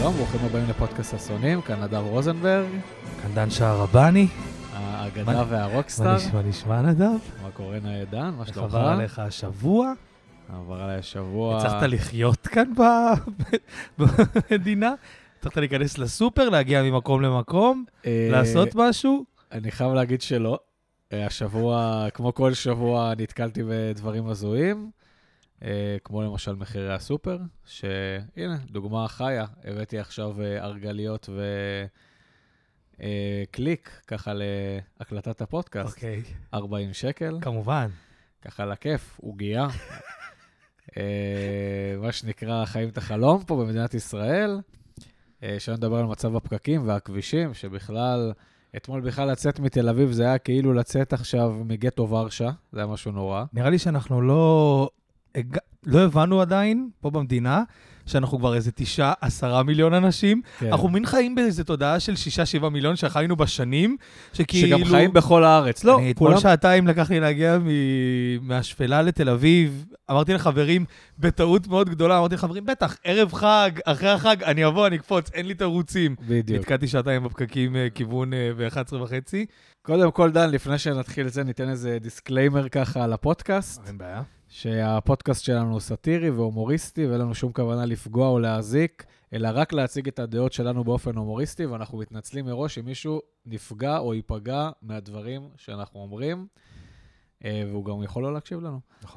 שלום, ברוכים הבאים לפודקאסט הסונים, כאן נדב רוזנברג. כאן דן שערבני. האגדה והרוקסטאר. מה נשמע נדב? מה קורה נעדן? מה שלומך? איך עבר עליך השבוע? עבר עליי השבוע. הצלחת לחיות כאן במדינה? הצלחת להיכנס לסופר, להגיע ממקום למקום, לעשות משהו? אני חייב להגיד שלא. השבוע, כמו כל שבוע, נתקלתי בדברים הזויים. כמו למשל מחירי הסופר, שהנה, דוגמה חיה, הבאתי עכשיו ארגליות וקליק, ככה להקלטת הפודקאסט. אוקיי. 40 שקל. כמובן. ככה לכיף, עוגיה. מה שנקרא חיים את החלום פה במדינת ישראל. שאני מדבר על מצב הפקקים והכבישים, שבכלל, אתמול בכלל לצאת מתל אביב, זה היה כאילו לצאת עכשיו מגטו ורשה, זה היה משהו נורא. נראה לי שאנחנו לא הבנו עדיין, פה במדינה, שאנחנו כבר איזה 9-10 מיליון אנשים. כן. אנחנו מין חיים באיזו תודעה של 6-7 מיליון שחיינו בשנים, שכאילו... שגם חיים בכל הארץ. לא, כולם... שעתיים לקח לי להגיע מהשפלה לתל אביב. אמרתי לחברים, בטעות מאוד גדולה, אמרתי לחברים, בטח, ערב חג, אחרי החג, אני אבוא, אני אקפוץ, אין לי תירוצים. בדיוק. נתקעתי שעתיים בפקקים כיוון ב-11:30. קודם כל, דן, לפני שנתחיל את זה, ניתן איזה דיסקליימר ככה על הפודקאסט. אין בעיה. שהפודקאסט שלנו הוא סאטירי והומוריסטי, ואין לנו שום כוונה לפגוע או להזיק, אלא רק להציג את הדעות שלנו באופן הומוריסטי, ואנחנו מתנצלים מראש אם מישהו נפגע או ייפגע מהדברים שאנחנו אומרים, והוא גם יכול לא להקשיב לנו. נכון.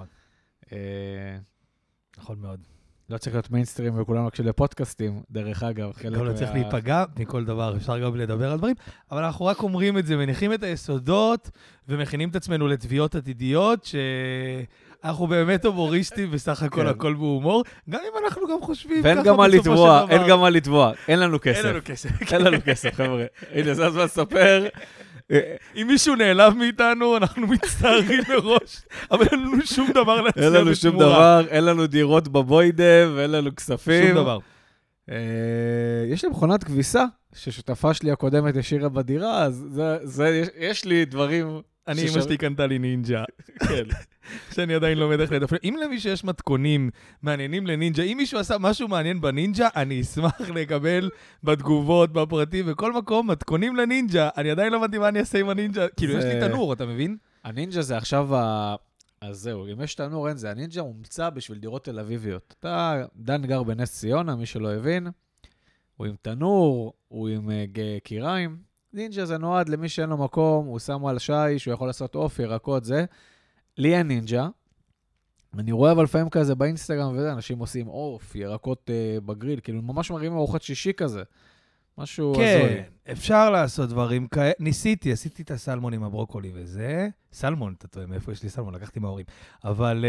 נכון מאוד. לא צריך להיות מיינסטרים וכולנו להקשיב לפודקאסטים, דרך אגב. לא צריך להיפגע מכל דבר, אפשר גם לדבר על דברים, אבל אנחנו רק אומרים את זה, מניחים את היסודות, ומכינים את עצמנו לתביעות עתידיות, שאנחנו באמת הומוריסטים, בסך הכל הכל בהומור, גם אם אנחנו גם חושבים ככה בסופו של דבר. אין גם מה לתבוע, אין לנו כסף. אין לנו כסף. אין לנו כסף, חבר'ה. הנה, זה הזמן לספר. אם מישהו נעלב מאיתנו, אנחנו מצטערים מראש, אבל אין לנו שום דבר להציע בתמורה. אין לנו שום דבר, אין לנו דירות בבוידה, ואין לנו כספים. שום דבר. יש לי מכונת כביסה, ששותפה שלי הקודמת השאירה בדירה, אז יש לי דברים... אמא שלי קנתה לי נינג'ה. כן. שאני עדיין לומד איך לדפנה. אם למישהו יש מתכונים מעניינים לנינג'ה, אם מישהו עשה משהו מעניין בנינג'ה, אני אשמח לקבל בתגובות, בפרטים, בכל מקום, מתכונים לנינג'ה. אני עדיין לא מבין מה אני אעשה עם הנינג'ה. כאילו, יש לי תנור, אתה מבין? הנינג'ה זה עכשיו אז זהו, אם יש תנור, אין זה. הנינג'ה מומצא בשביל דירות תל אביביות. אתה, דן גר בנס ציונה, מי שלא הבין, הוא עם תנור, הוא עם קיריים. נינג'ה זה נועד למי שאין לו מקום, הוא שם על שי, שהוא יכול לעשות אוף, ירקות, זה. לי אין נינג'ה. אני רואה אבל לפעמים כזה באינסטגרם וזה, אנשים עושים אוף, ירקות בגריל, כאילו ממש מראים ארוחת שישי כזה. משהו הזוי. כן, אפשר לעשות דברים כאלה. עשיתי את הסלמון עם הברוקולי וזה. סלמון, אתה טועה, מאיפה יש לי סלמון? לקחתי מההורים. אבל...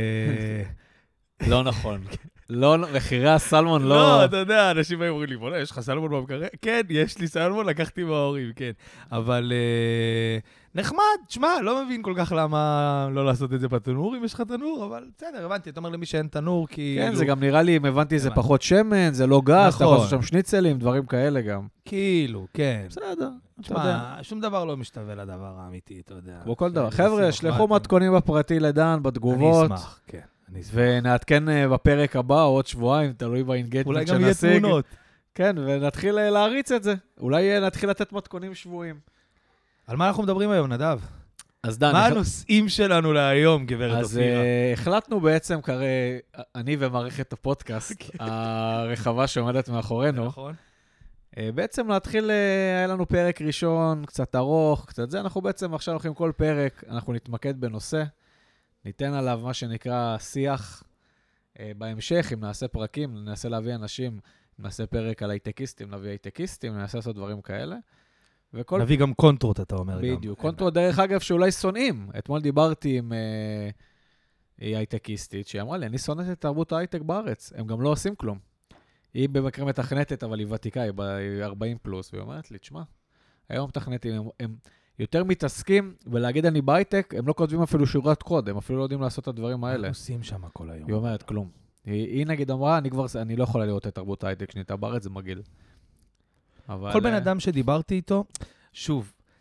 לא נכון. לא, מחירי הסלמון לא... לא, אתה יודע, אנשים היו אומרים לי, בוא'נה, יש לך סלמון במקרה? כן, יש לי סלמון, לקחתי מההורים, כן. אבל נחמד, תשמע, לא מבין כל כך למה לא לעשות את זה בתנור, אם יש לך תנור, אבל בסדר, הבנתי, אתה אומר למי שאין תנור, כי... כן, זה גם נראה לי, אם הבנתי, זה פחות שמן, זה לא גס, אתה יכול לעשות שם שניצלים, דברים כאלה גם. כאילו, כן. בסדר. תשמע, שום דבר לא משתווה לדבר האמיתי, אתה יודע. כמו כל דבר. חבר'ה, שלחו מתכונים בפרטי לדן, בתגובות. אני אשמח, כן. ונעדכן בפרק הבא, או עוד שבועיים, תלוי באינגייג'מנט אולי שנשיג. גם יהיה תמונות. כן, ונתחיל להריץ את זה. אולי נתחיל לתת מתכונים שבועים. על מה אנחנו מדברים היום, נדב? אז דן... מה הנושאים שלנו להיום, גברת אופירה? אז החלטנו בעצם, אני ומערכת הפודקאסט, הרחבה שעומדת מאחורינו, נכון. בעצם להתחיל, היה לנו פרק ראשון, קצת ארוך, קצת זה, אנחנו בעצם עכשיו הולכים כל פרק, אנחנו נתמקד בנושא, ניתן עליו מה שנקרא שיח בהמשך, אם נעשה פרקים, ננסה להביא אנשים, נעשה פרק על הייטקיסטים, נביא הייטקיסטים, ננסה לעשות דברים כאלה. נביא גם קונטרות, אתה אומר. בדיוק, קונטרות דרך אגב שאולי שונאים. אתמול דיברתי עם הייטקיסטית, שהיא אמרה לי, אני שונאת את תרבות ההייטק בארץ, הם גם לא עושים כלום. היא במקרה מתכנתת, אבל היא ותיקה, היא 40 פלוס, והיא אומרת לי, תשמע, היום מתכנתים, הם יותר מתעסקים, ולהגיד אני בהייטק, הם לא כותבים אפילו שורת קוד, הם אפילו לא יודעים לעשות את הדברים האלה. הם עושים שם כל היום. היא אומרת כלום. היא נגיד אמרה, אני לא יכולה לראות את תרבות ההייטק שנהייתה בארץ, זה מגעיל. כל בן אדם שדיברתי איתו, שוב,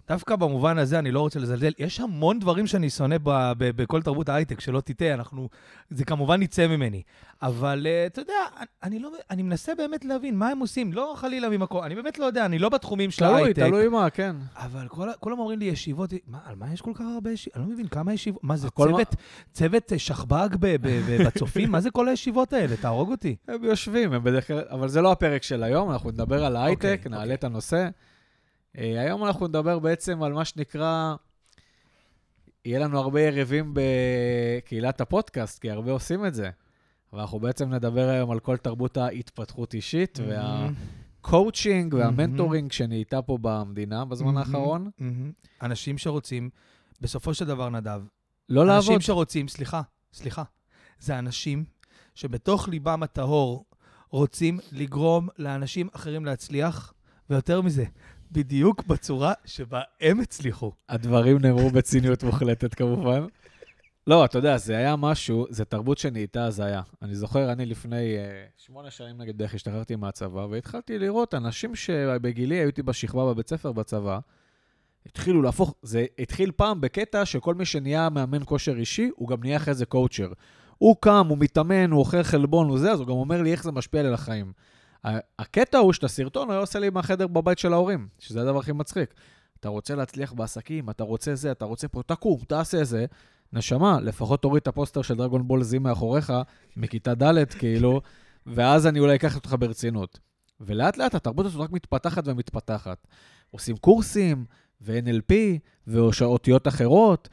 דווקא במובן הזה אני לא רוצה לזלזל. יש המון דברים שאני שונא בכל תרבות ההייטק, שלא תטעה, זה כמובן יצא ממני. אבל אתה יודע, אני מנסה באמת להבין מה הם עושים, לא חלילה ממקום, אני באמת לא יודע, אני לא בתחומים של ההייטק. תלוי מה, כן. אבל כולם אומרים לי ישיבות, על מה יש כל כך הרבה ישיבות? אני לא מבין כמה ישיבות, מה זה צוות שכב"ג בצופים? מה זה כל הישיבות האלה? תהרוג אותי. הם יושבים, הם בדרך כלל, אבל זה לא הפרק של היום, אנחנו נדבר על ההייטק, נעלה את הנושא. היום אנחנו נדבר בעצם על מה שנקרא, יהיה לנו הרבה ערבים בקהילת הפודקאסט, כי הרבה עושים את זה. אבל אנחנו בעצם נדבר היום על כל תרבות ההתפתחות אישית, והקואוצ'ינג והמנטורינג שנהייתה פה במדינה בזמן האחרון. אנשים שרוצים, בסופו של דבר נדב, לא לעבוד. אנשים שרוצים, סליחה, זה אנשים שבתוך ליבם הטהור רוצים לגרום לאנשים אחרים להצליח, ויותר מזה, בדיוק בצורה שבה הם הצליחו. הדברים נאמרו בציניות מוחלטת כמובן. לא, אתה יודע, זה היה משהו, זה תרבות שנהייתה, זה היה. אני זוכר, אני לפני 8 שנים נגד דרך השתחררתי מהצבא, והתחלתי לראות אנשים שבגילי הייתי בשכבה בבית ספר בצבא, התחילו להפוך, זה התחיל פעם בקטע שכל מי שנהיה מאמן כושר אישי, הוא גם נהיה אחרי זה קואוצ'ר. הוא קם, הוא מתאמן, הוא אוכל חלבון, הוא זה, אז הוא גם אומר לי איך זה משפיע על החיים. הקטע הוא שאת הסרטון הוא עושה לי מהחדר בבית של ההורים, שזה הדבר הכי מצחיק. אתה רוצה להצליח בעסקים, אתה רוצה זה, אתה רוצה פה, תקום, תעשה זה. נשמה, לפחות תוריד את הפוסטר של דרגון בול זי מאחוריך, מכיתה ד' כאילו, ואז אני אולי אקח אותך ברצינות. ולאט לאט התרבות הזאת רק מתפתחת ומתפתחת. עושים קורסים, ו-NLP, ואותיות אחרות,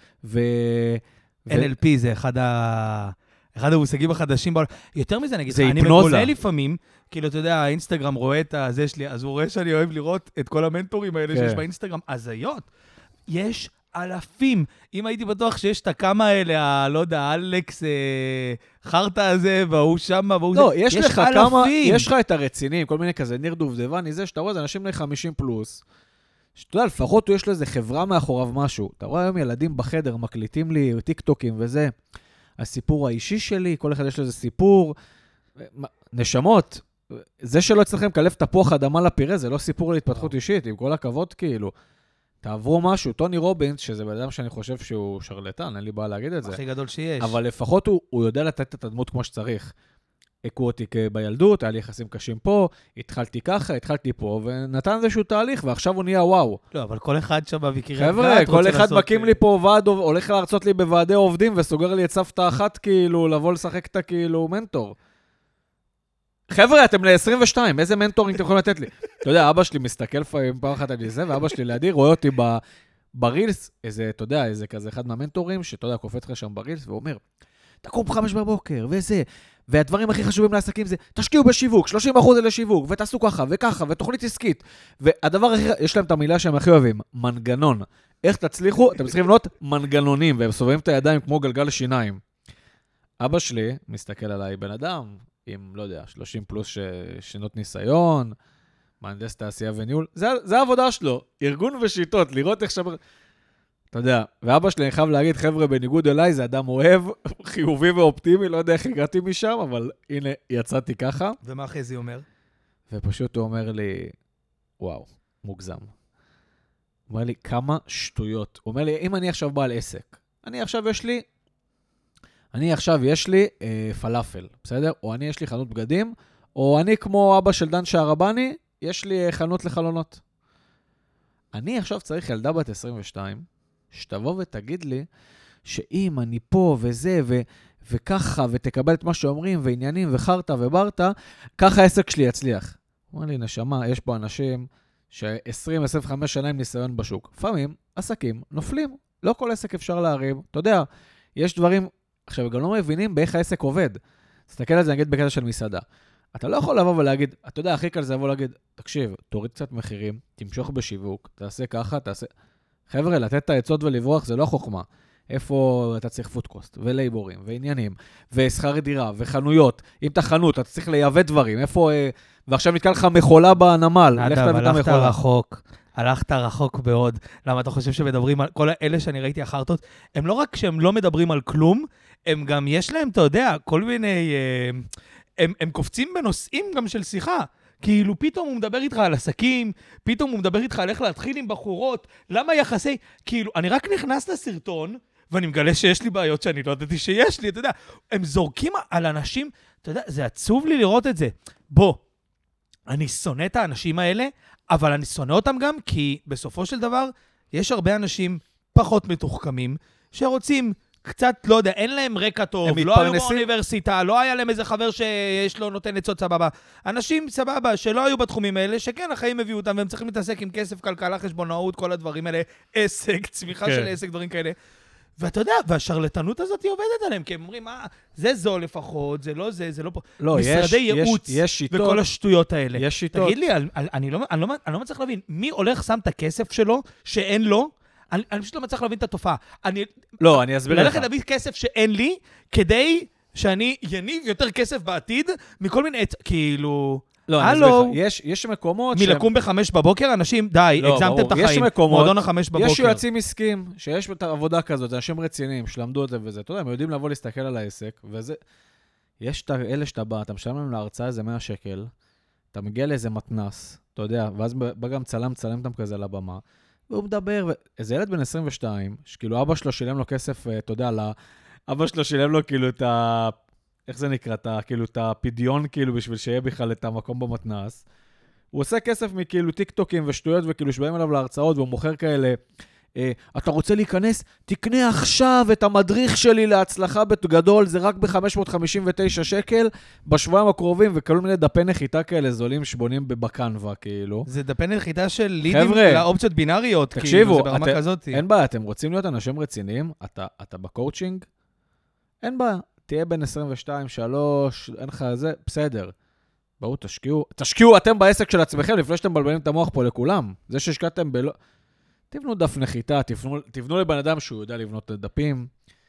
NLP זה אחד המושגים החדשים בעולם. יותר מזה, נגיד, זה אני היפנוזה. מגולה לפעמים, כאילו, אתה יודע, האינסטגרם רואה את זה שלי, אז הוא רואה שאני אוהב לראות את כל המנטורים האלה שיש באינסטגרם. הזיות. יש אלפים. אם הייתי בטוח שיש את הכמה האלה, לא יודע, אלכס חרטה הזה, והוא שמה, והוא לא, זה. יש לך כמה, יש לך את הרצינים, כל מיני כזה, ניר דובדבני, זה שאתה רואה, זה אנשים ל-50 פלוס, שאתה יודע, לפחות יש לו איזה חברה מאחוריו משהו. אתה רואה היום ילדים בחדר, מקליטים לי טיקטוקים וזה. הסיפור האישי שלי, כל אחד יש לו איזה סיפור. נשמות, זה שלא אצלכם קלף תפוח אדמה לפירה, זה לא סיפור להתפתחות אישית, עם כל הכבוד כאילו. תעברו משהו, טוני רובינס, שזה בן אדם שאני חושב שהוא שרלטן, אין לי בעיה להגיד את זה. הכי גדול שיש. אבל לפחות הוא יודע לתת את הדמות כמו שצריך. הכו אותי בילדות, היה לי יחסים קשים פה, התחלתי ככה, התחלתי פה, ונתן איזשהו תהליך, ועכשיו הוא נהיה וואו. לא, אבל כל אחד שם בקריית חבר'ה, כל אחד מקים לי פה ועד, הולך להרצות לי בוועדי עובדים, וסוגר לי את סבתא אחת, כאילו, לבוא לשחק את כאילו מנטור. חבר'ה, אתם ל-22, איזה מנטורינג אתם יכולים לתת לי? אתה יודע, אבא שלי מסתכל פעם אחת על זה, ואבא שלי לידי רואה אותי ברילס, איזה, אתה יודע, איזה כזה אחד מהמנטורים, שאתה יודע, קופץ לך שם ברילס, ואומר, תקום ב-5 בבוקר, וזה, והדברים הכי חשובים לעסקים זה, תשקיעו בשיווק, 30% לשיווק, ותעשו ככה וככה, ותוכנית עסקית. והדבר הכי, יש להם את המילה שהם הכי אוהבים, מנגנון. איך תצליחו? אתם צריכים לבנות מנגנונים, והם סובבים את הידיים כמו גלגל שיניים. אבא שלי מסתכל עליי בן אדם, עם, לא יודע, 30 פלוס שנות ניסיון, מהנדס תעשייה וניהול, זה העבודה שלו, ארגון ושיטות, לראות איך שבר... אתה יודע, ואבא שלי, אני חייב להגיד, חבר'ה, בניגוד אליי, זה אדם אוהב, חיובי ואופטימי, לא יודע איך הגעתי משם, אבל הנה, יצאתי ככה. ומה חזי אומר? ופשוט הוא אומר לי, וואו, מוגזם. הוא אומר לי, כמה שטויות. הוא אומר לי, אם אני עכשיו בעל עסק, אני עכשיו יש לי פלאפל, בסדר? או אני יש לי חנות בגדים, או אני כמו אבא של דן שערבני, יש לי חנות לחלונות. אני עכשיו צריך ילדה בת 22, שתבוא ותגיד לי, שאם אני פה וזה וככה, ותקבל את מה שאומרים, ועניינים וחרטה וברטה, ככה העסק שלי יצליח. אומר לי, נשמה, יש פה אנשים ש-20-25 שנה עם ניסיון בשוק. לפעמים עסקים נופלים, לא כל עסק אפשר להרים. אתה יודע, יש דברים, עכשיו גם לא מבינים באיך העסק עובד. תסתכל על זה, נגיד בקטע של מסעדה. אתה לא יכול לבוא ולהגיד, אתה יודע, הכי קל זה לבוא להגיד, תקשיב, תוריד קצת מחירים, תמשוך בשיווק, תעשה ככה, תעשה... חבר'ה, לתת את העצות ולברוח זה לא חוכמה. איפה אתה צריך פודקוסט, ולייבורים, ועניינים, ושכר דירה, וחנויות. אם אתה חנות, אתה צריך לייבא דברים. איפה... ועכשיו נתקע לך מכולה בנמל. נדב, הלכת רחוק מאוד. למה אתה חושב שמדברים על... כל האלה שאני ראיתי החרטות, הם לא רק שהם לא מדברים על כלום, הם גם יש להם, אתה יודע, כל מיני... הם קופצים בנושאים גם של שיחה. כאילו, פתאום הוא מדבר איתך על עסקים, פתאום הוא מדבר איתך על איך להתחיל עם בחורות, למה יחסי... כאילו, אני רק נכנס לסרטון, ואני מגלה שיש לי בעיות שאני לא ידעתי שיש לי, אתה יודע, הם זורקים על אנשים, אתה יודע, זה עצוב לי לראות את זה. בוא, אני שונא את האנשים האלה, אבל אני שונא אותם גם, כי בסופו של דבר, יש הרבה אנשים פחות מתוחכמים, שרוצים קצת, לא יודע, אין להם רקע טוב, לא היו באוניברסיטה, לא היה להם איזה חבר שיש לו נותן עצות סבבה. אנשים סבבה, שלא היו בתחומים האלה, שכן, החיים הביאו אותם, והם צריכים להתעסק עם כסף, כלכלה, חשבונאות, כל הדברים האלה, עסק, צמיחה של עסק, דברים כאלה. ואתה יודע, והשרלטנות הזאת היא עובדת עליהם, כי הם אומרים, זה זול לפחות, זה לא זה, זה לא פה. לא, משרדי ייעוץ וכל השטויות האלה. יש שיטות. תגיד לי, אני לא מצליח להבין, מי הולך שם את הכסף שלו שאין לו? אני פשוט לא מצליח להבין את התופעה. לא, אני אסביר לך. ללכת להביא כסף שאין לי, כדי שאני יניב יותר כסף בעתיד, מכל מיני, כאילו... לא, אני אסביר לך. יש מקומות... מלקום ב5 בבוקר, אנשים, די, הגזמתם את החיים. יש מקומות, מועדון ה5 בבוקר. יש יועצים עסקיים, שיש את העבודה כזאת, אנשים רציניים, שלמדו את זה וזה. אתה יודע, הם יודעים לבוא להסתכל על העסק, וזה... יש את אלה שאתה בא, אתה משלם להם להרצאה איזה 100 שקל, אתה מגיע לאיזה מתנס, אתה יודע, ואז בא גם צלם אותם כזה על הבמה, והוא מדבר, איזה ילד בן 22, שכאילו אבא שלו שילם לו כסף, אתה יודע, אבא שלו שילם לו כאילו את ה... איך זה נקרא? כאילו את הפדיון, כאילו, בשביל שיהיה בכלל את המקום במתנס. הוא עושה כסף מכאילו טיקטוקים ושטויות, וכאילו שבאים אליו להרצאות, והוא מוכר כאלה, אתה רוצה להיכנס? תקנה עכשיו את המדריך שלי להצלחה בגדול, זה רק ב-559 שקל, בשבועיים הקרובים, וכל מיני דפי נחיתה כאלה זולים שבונים בקנווה, כאילו. זה דפי נחיתה של לידים לאופציות בינאריות, תקשיבו, כאילו, זה ברמה כזאת. אין בעיה, אתם רוצים להיות אנשים רציניים? אתה בקואוצ'ינג? אין בעיה. תהיה בין 22, 3, אין לך זה, בסדר. בואו, תשקיעו אתם בעסק של עצמכם, לפני שאתם מבלבלים את המוח פה לכולם. זה שהשקעתם בלא... תבנו דף נחיתה, תבנו לבן אדם שהוא יודע לבנות דפים,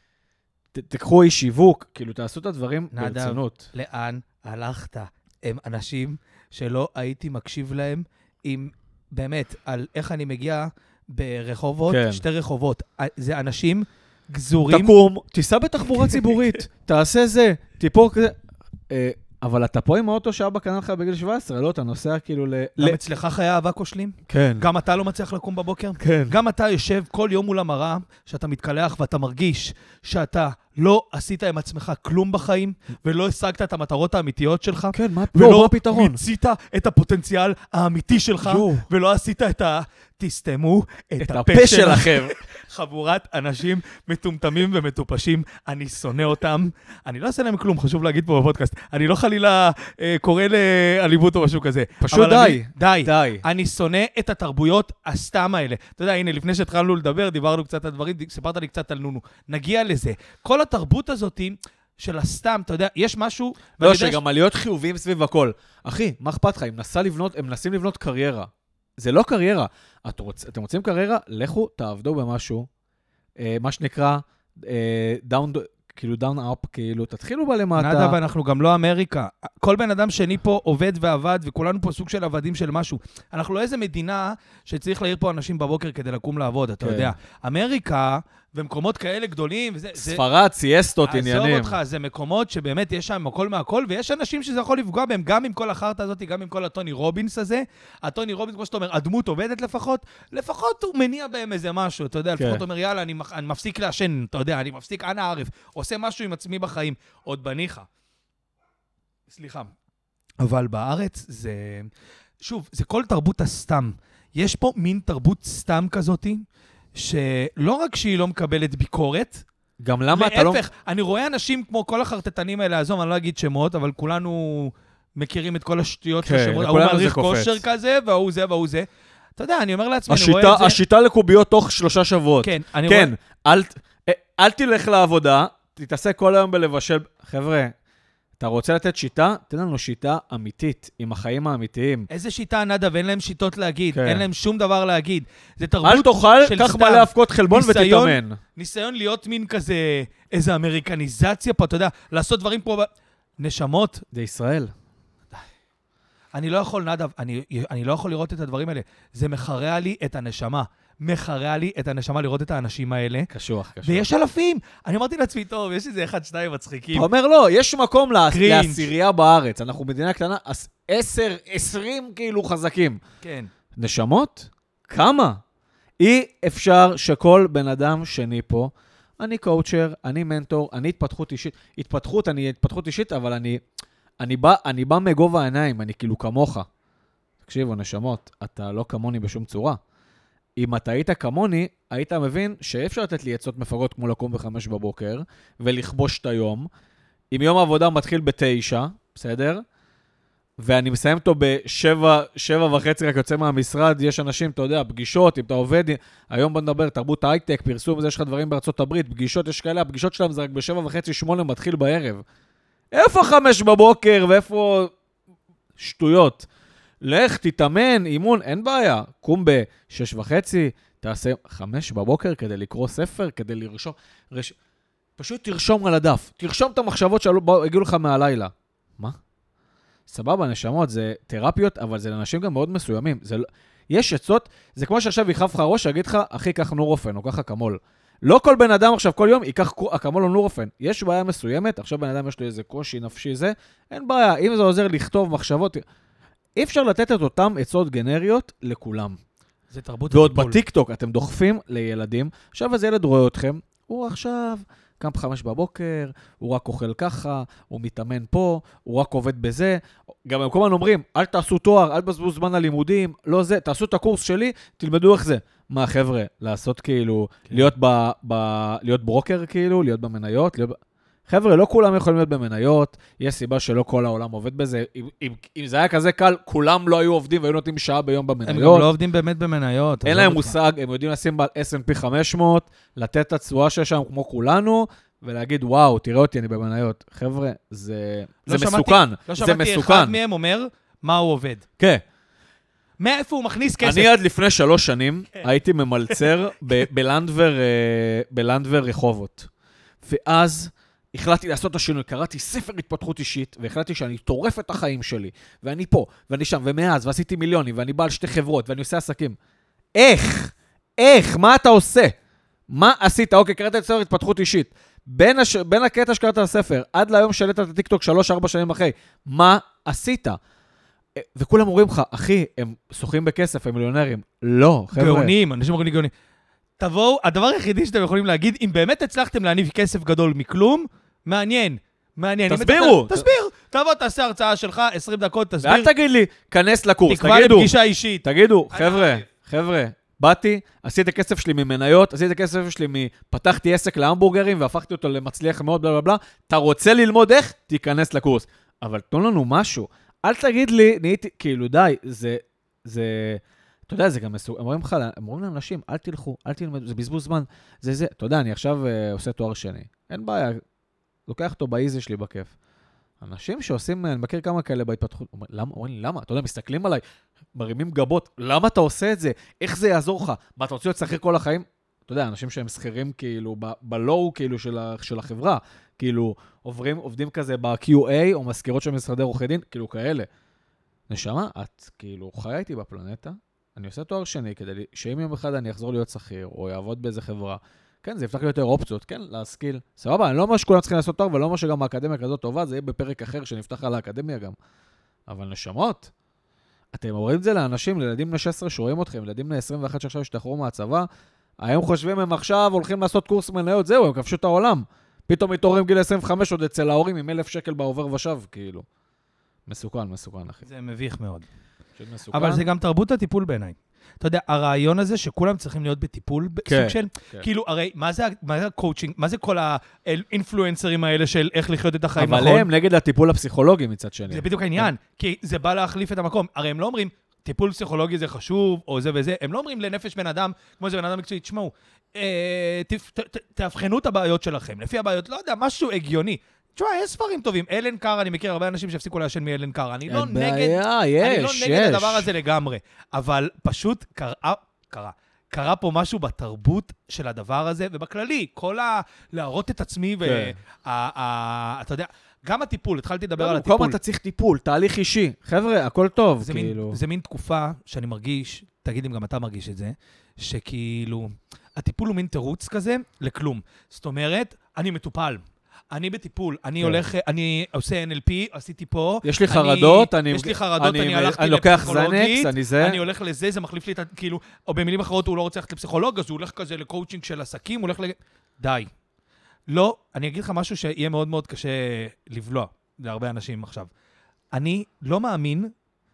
תקחו איש שיווק, כאילו תעשו את הדברים ברצינות. לאן הלכת? הם אנשים שלא הייתי מקשיב להם, עם באמת, על איך אני מגיע ברחובות, כן. 2 רחובות. זה אנשים... גזורים. תקום, תיסע בתחבורה ציבורית, תעשה זה, תיפור כזה. אבל אתה פה עם האוטו שאבא קנה לך בגיל 17, לא, אתה נוסע כאילו גם אצלך חיי אהבה כושלים? כן. גם אתה לא מצליח לקום בבוקר? כן. גם אתה יושב כל יום מול המראה, שאתה מתקלח ואתה מרגיש שאתה לא עשית עם עצמך כלום בחיים, ולא השגת את המטרות האמיתיות שלך. כן, מה הפתרון? ולא מיצית את הפוטנציאל האמיתי שלך, ולא עשית את תסתמו את הפה שלכם. חבורת אנשים מטומטמים ומטופשים, אני שונא אותם. אני לא אעשה להם כלום, חשוב להגיד פה בפודקאסט. אני לא חלילה קורא לאלימות או משהו כזה. פשוט די. אני שונא את התרבויות הסתם האלה. אתה יודע, הנה, לפני שהתחלנו לדבר, דיברנו קצת על דברים, סיפרת לי קצת על נונו. נגיע לזה. כל התרבות הזאת של הסתם, אתה יודע, יש משהו... לא, שגם על להיות חיוביים סביב הכל. אחי, מה אכפת לך? הם מנסים לבנות קריירה. זה לא קריירה. אתם רוצים קריירה? לכו, תעבדו במשהו, מה שנקרא, כאילו down up, כאילו, תתחילו בלמטה. נדב, ואנחנו גם לא אמריקה. כל בן אדם שני פה עובד ועבד, וכולנו פה סוג של עבדים של משהו. אנחנו לא איזה מדינה שצריך להעיר פה אנשים בבוקר כדי לקום לעבוד, אתה יודע. אמריקה, ומקומות כאלה גדולים, ספרד, סיאסטות, עניינים. עזוב אותך, זה מקומות שבאמת יש שם הכל מהכל, ויש אנשים שזה יכול לפגוע בהם, גם עם כל החרטה הזאת, גם עם כל הטוני רובינס הזה. הטוני רובינס, כמו שאתה אומר, הדמות עובדת לפחות הוא מניע בהם איזה משהו, אתה יודע, לפחות הוא אומר, יאללה, אני מפסיק לעשן, אתה יודע, אני מפסיק, אנא ערף, עושה משהו עם עצמי בחיים, עוד בניחה. סליחה. אבל בארץ זה... שוב, זה כל תרבות הסתם. יש פה מין תרבות סתם כזאתי, שלא רק שהיא לא מקבלת ביקורת, גם למה אתה לא... להפך, אני רואה אנשים כמו כל החרטטנים האלה, עזוב, אני לא אגיד שמות, אבל כולנו מכירים את כל השטויות של שמות, הוא מעריך כושר כזה, והוא זה, והוא זה. אתה יודע, אני אומר לעצמי, אני רואה את זה... השיטה לקוביות תוך 3 שבועות. כן, אני רואה... כן, אל תלך לעבודה, תתעסק כל היום בלבשל... חבר'ה, אתה רוצה לתת שיטה? תן לנו שיטה אמיתית, עם החיים האמיתיים. איזה שיטה, נדב? אין להם שיטות להגיד. אין להם שום דבר להגיד. זה תרבות אל תאכל, קח מלא הפקות חלבון ותתאמן. ניסיון להיות מין כזה, איזו אמריקניזציה פה, אתה יודע, לעשות דברים פה... נשמות. זה ישראל. אני לא יכול, נדב, אני לא יכול לראות את הדברים האלה. זה מחרע לי את הנשמה. מחרע לי את הנשמה לראות את האנשים האלה. קשוח. ויש אלפים. אני אמרתי לעצמי, טוב, יש איזה 1-2 מצחיקים. אתה אומר, לא, יש מקום לעשירייה בארץ. אנחנו מדינה קטנה, 10, 20 כאילו חזקים. כן. נשמות? כמה? אי אפשר שכל בן אדם שני פה, אני קואוצ'ר, אני מנטור, אני התפתחות אישית, אבל אני בא מגובה העיניים, אני כאילו כמוך. תקשיבו, נשמות, אתה לא כמוני בשום צורה. אם אתה היית כמוני, היית מבין שאפשר לתת לי עצות מפגרות כמו לקום ב-5 בבוקר, ולכבוש את היום. אם יום העבודה מתחיל ב-9, בסדר? ואני מסיים אותו ב-7:30, רק יוצא מהמשרד, יש אנשים, אתה יודע, פגישות, אם אתה עובד, היום בוא נדבר, תרבות הייטק, פרסום, יש לך דברים בארצות הברית, פגישות יש כאלה, הפגישות שלהם זה רק ב-7:30, 8 מתחיל בערב. איפה 5 בבוקר ואיפה שטויות? לך, תתאמן, אימון, אין בעיה. קום ב-6:30, תעשה 5 בבוקר כדי לקרוא ספר, כדי לרשום. פשוט תרשום על הדף. תרשום את המחשבות שהגיעו לך מהלילה. מה? סבבה, נשמות, זה תרפיות, אבל זה לאנשים גם מאוד מסוימים. יש עצות, זה כמו שעכשיו יחף לך ראש, יגיד לך, אחי, קח נורופן, או קח אקמול. לא כל בן אדם עכשיו כל יום ייקח אקמול או נורופן. יש בעיה מסוימת, עכשיו בן אדם יש לו איזה קושי נפשי זה, אין בעיה. אם זה עוזר לכתוב מחשבות, אי אפשר לתת את אותם עצות גנריות לכולם. זה תרבות ועוד הטיפול. בטיקטוק אתם דוחפים לילדים, עכשיו איזה ילד רואה אתכם, הוא עכשיו קם 5 בבוקר, הוא רק אוכל ככה, הוא מתאמן פה, הוא רק עובד בזה. גם הם כל הזמן אומרים, אל תעשו תואר, אל תבזבזו זמן על לימודים, לא זה, תעשו את הקורס שלי, תלמדו איך זה. מה חבר'ה, לעשות כאילו, כן. להיות ברוקר כאילו, להיות במניות, חבר'ה, לא כולם יכולים להיות במניות, יש סיבה שלא כל העולם עובד בזה. אם זה היה כזה קל, כולם לא היו עובדים והיו נותנים שעה ביום במניות. הם גם לא עובדים באמת במניות. אין להם מושג, הם יודעים לשים ב-S&P 500, לתת את התשואה שיש שם כמו כולנו, ולהגיד, וואו, תראה אותי, אני במניות. חבר'ה, זה מסוכן. לא שמעתי אחד מהם אומר מה הוא עובד. כן. מאיפה הוא מכניס כסף? אני עד לפני 3 שנים הייתי ממלצר בלנדבר רחובות. ואז החלטתי לעשות את השינוי, קראתי ספר התפתחות אישית, והחלטתי שאני טורף את החיים שלי, ואני פה, ואני שם, ומאז, ועשיתי מיליונים, ואני בעל 2 חברות, ואני עושה עסקים. איך? מה אתה עושה? מה עשית? אוקיי, קראת את ספר התפתחות אישית. בין הקטע שקראת לספר, עד להיום שלט את הטיקטוק 3-4 שנים אחרי, מה עשית? וכולם אומרים לך, אחי, הם שוחים בכסף, הם מיליונרים. לא, חבר'ה. גאונים, אנשים אומרים לי גאונים. תבואו, הדבר היחידי שאתם יכולים להגיד, אם באמת הצלחתם להניב כסף גדול מכלום, מעניין. תסבירו. תסביר. תבוא, תעשה הרצאה שלך, 20 דקות, תסביר. ואל תגיד לי, כנס לקורס. תקבע לפגישה אישית. תגידו, חבר'ה, באתי, עשיתי את הכסף שלי ממניות, עשיתי את הכסף שלי פתחתי עסק להמבורגרים, והפכתי אותו למצליח מאוד, בלה בלה בלה. אתה רוצה ללמוד איך? תיכנס לקורס. אבל תנו לנו משהו. אל תגיד לי, נהייתי, כאילו די, זה, אתה יודע, זה גם מסוג, אומרים לאנשים, אל תלכו, אל תלמדו, זה בזבוז זמן, זה, אתה יודע, אני עכשיו עושה תואר שני, אין בעיה, לוקח אותו באיזי שלי בכיף. אנשים שעושים, אני מכיר כמה כאלה בהתפתחות, אומרים לי, למה? אתה יודע, מסתכלים עליי, מרימים גבות, למה אתה עושה את זה? איך זה יעזור לך? מה, אתה רוצה להיות שכיר כל החיים? אתה יודע, אנשים שהם שכירים כאילו, בלואו כאילו של החברה, כאילו, עובדים כזה ב-QA, או מזכירות של משרדי עורכי דין, כאילו כאלה. נשמה, את כאילו חיה איתי בפלנטה, אני עושה תואר שני, כדי שאם יום אחד אני אחזור להיות שכיר, או יעבוד באיזה חברה, כן, זה יפתח לי יותר אופציות, כן, להשכיל. סבבה, אני לא אומר שכולם צריכים לעשות תואר, ולא אומר שגם האקדמיה כזאת טובה, זה יהיה בפרק אחר שנפתח על האקדמיה גם. אבל נשמות, אתם אומרים את זה לאנשים, לילדים בני 16 שרואים אתכם, לילדים בני 21 שעכשיו השתחררו מהצבא, היום חושבים הם עכשיו הולכים לעשות קורס מניות, זהו, הם כבשו את העולם. פתאום מתעוררים גיל 25 עוד אצל ההורים עם 1,000 שקל בעובר ושב, כאילו. מסוכן, אחי. זה מביך מאוד. מסוכן. אבל זה גם תרבות הטיפול בעיניי. אתה יודע, הרעיון הזה שכולם צריכים להיות בטיפול, סוג של, כאילו, הרי, מה זה הקואוצ'ינג, מה זה כל האינפלואנסרים האלה של איך לחיות את החיים, נכון? אבל הם נגד הטיפול הפסיכולוגי מצד שני. זה בדיוק העניין, כי זה בא להחליף את המקום. הרי הם לא אומרים, טיפול פסיכולוגי זה חשוב, או זה וזה, הם לא אומרים לנפש בן אדם, כמו זה בן אדם מקצועי, תשמעו, תאבחנו את הבעיות שלכם, לפי הבעיות, לא יודע, משהו הגיוני. תשמע, יש ספרים טובים. אלן קאר, אני מכיר הרבה אנשים שהפסיקו לעשן מאלן קאר. אני לא נגד הדבר הזה לגמרי. אבל פשוט קרה פה משהו בתרבות של הדבר הזה, ובכללי, כל להראות את עצמי, אתה יודע, גם הטיפול, התחלתי לדבר על הטיפול. כמה אתה צריך טיפול, תהליך אישי. חבר'ה, הכל טוב, כאילו. זה מין תקופה שאני מרגיש, תגיד אם גם אתה מרגיש את זה, שכאילו, הטיפול הוא מין תירוץ כזה לכלום. זאת אומרת, אני מטופל. אני בטיפול, אני עושה NLP, עשיתי פה. יש לי חרדות, אני הלכתי לוקח לפסיכולוגית, זנקס, אני זה. אני הולך לזה, זה מחליף לי את כאילו, או במילים אחרות הוא לא רוצה ללכת לפסיכולוג, אז הוא הולך כזה לקואוצ'ינג של עסקים, הוא הולך די. לא, אני אגיד לך משהו שיהיה מאוד מאוד קשה לבלוע להרבה אנשים עכשיו. אני לא מאמין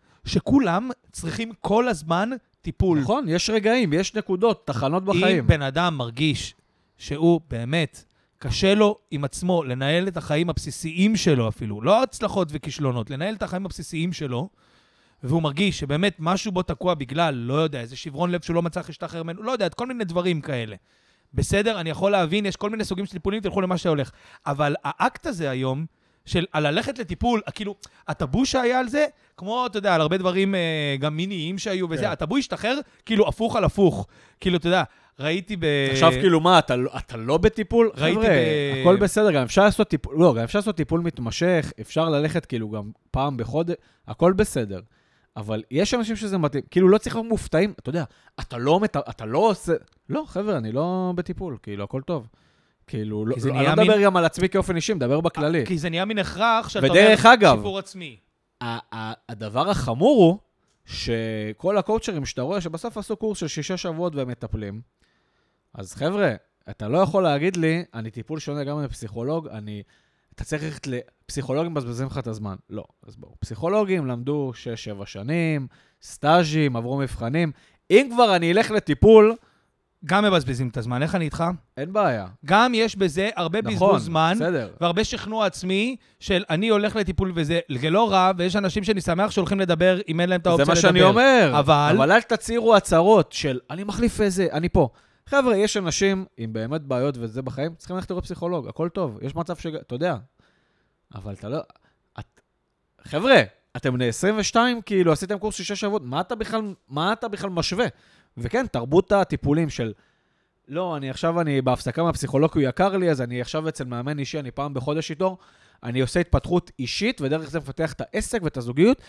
שכולם צריכים כל הזמן טיפול. נכון, יש רגעים, יש נקודות, תחנות בחיים. אם בן אדם מרגיש שהוא באמת קשה לו עם עצמו לנהל את החיים הבסיסיים שלו אפילו, לא הצלחות וכישלונות, לנהל את החיים הבסיסיים שלו, והוא מרגיש שבאמת משהו בו תקוע בגלל, לא יודע, איזה שברון לב שהוא לא מצליח להשתחרר ממנו, לא יודע, כל מיני דברים כאלה. בסדר, אני יכול להבין, יש כל מיני סוגים של טיפולים, תלכו למה שהולך. אבל האקט הזה היום, של ללכת לטיפול, כאילו, הטבו שהיה על זה, כמו, אתה יודע, על הרבה דברים גם מיניים שהיו וזה, הטבו השתחרר, כאילו, הפוך על הפוך. כאילו, אתה יודע, ראיתי עכשיו, כאילו, מה, אתה לא בטיפול? חבר'ה, הכל בסדר, גם אפשר לעשות טיפול, לא, גם אפשר לעשות טיפול מתמשך, אפשר ללכת, כאילו, גם פעם בחודש, הכל בסדר. אבל יש אנשים שזה מתאים, כאילו, לא צריך להיות מופתעים, אתה יודע, אתה לא עושה, לא, חבר'ה, אני לא בטיפול, כאילו, הכל טוב. כאילו, אני לא מדבר גם על עצמי כאופן אישי, מדבר בכללי. כי זה נהיה מן הכרח שאתה אומר שיפור עצמי. הדבר החמור הוא שכל הקואוצ'רים שאתה רואה שבסוף עשו קורס של 6 שבועות והם מטפלים, אז חבר'ה, אתה לא יכול להגיד לי, אני טיפול שונה גם מפסיכולוג, אתה צריך ללכת לפסיכולוגים מבזבזים לך את הזמן. לא, אז בואו. פסיכולוגים למדו 6-7 שנים, סטאז'ים, עברו מבחנים. אם כבר אני אלך לטיפול, גם מבזבזים את הזמן, איך אני איתך? אין בעיה. גם יש בזה הרבה בזבוז זמן, בסדר. והרבה שכנוע עצמי של אני הולך לטיפול וזה לא רע, ויש אנשים שאני שמח שהולכים לדבר אם אין להם את האופציה לדבר. זה מה שאני אומר. אבל אל תצהירו הצהרות של אני מחליף איזה, אני פה. חבר'ה, יש אנשים עם באמת בעיות וזה בחיים, צריכים ללכת לראות פסיכולוג, הכל טוב. יש מצב אתה יודע. אבל אתה לא... חבר'ה, אתם בני 22, כאילו, עשיתם קורס 6 שבועות, מה אתה בכלל משווה? וכן, תרבות הטיפולים של, לא, אני בהפסקה מהפסיכולוג, הוא יקר לי, אז אני עכשיו אצל מאמן אישי, אני פעם בחודש איתו, אני עושה התפתחות אישית, ודרך זה מפתח את העסק ואת הזוגיות,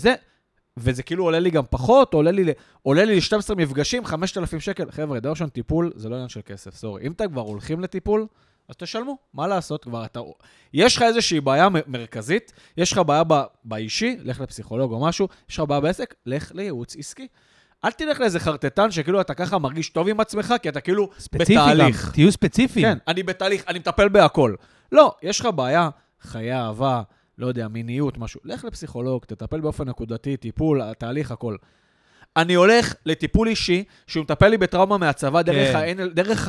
וזה כאילו עולה לי גם פחות, עולה לי 12 מפגשים, 5,000 שקל. חבר'ה, דבר ראשון, טיפול, זה לא עניין של כסף, סורי. אם אתה כבר הולכים לטיפול, אז תשלמו, מה לעשות? כבר יש לך איזושהי בעיה מרכזית, יש לך בעיה באישי, לך לפסיכולוג או משהו, יש לך בעיה בעסק, לך לייעוץ עסקי. אל תלך לאיזה חרטטן שכאילו אתה ככה מרגיש טוב עם עצמך, כי אתה כאילו בתהליך. תהיו ספציפיים. כן, אני בתהליך, אני מטפל בהכל. לא, יש לך בעיה, חיי אהבה, לא יודע, מיניות, משהו. לך לפסיכולוג, תטפל באופן נקודתי, טיפול, התהליך, הכל. אני הולך לטיפול אישי, שהוא מטפל לי בטראומה מהצבא, דרך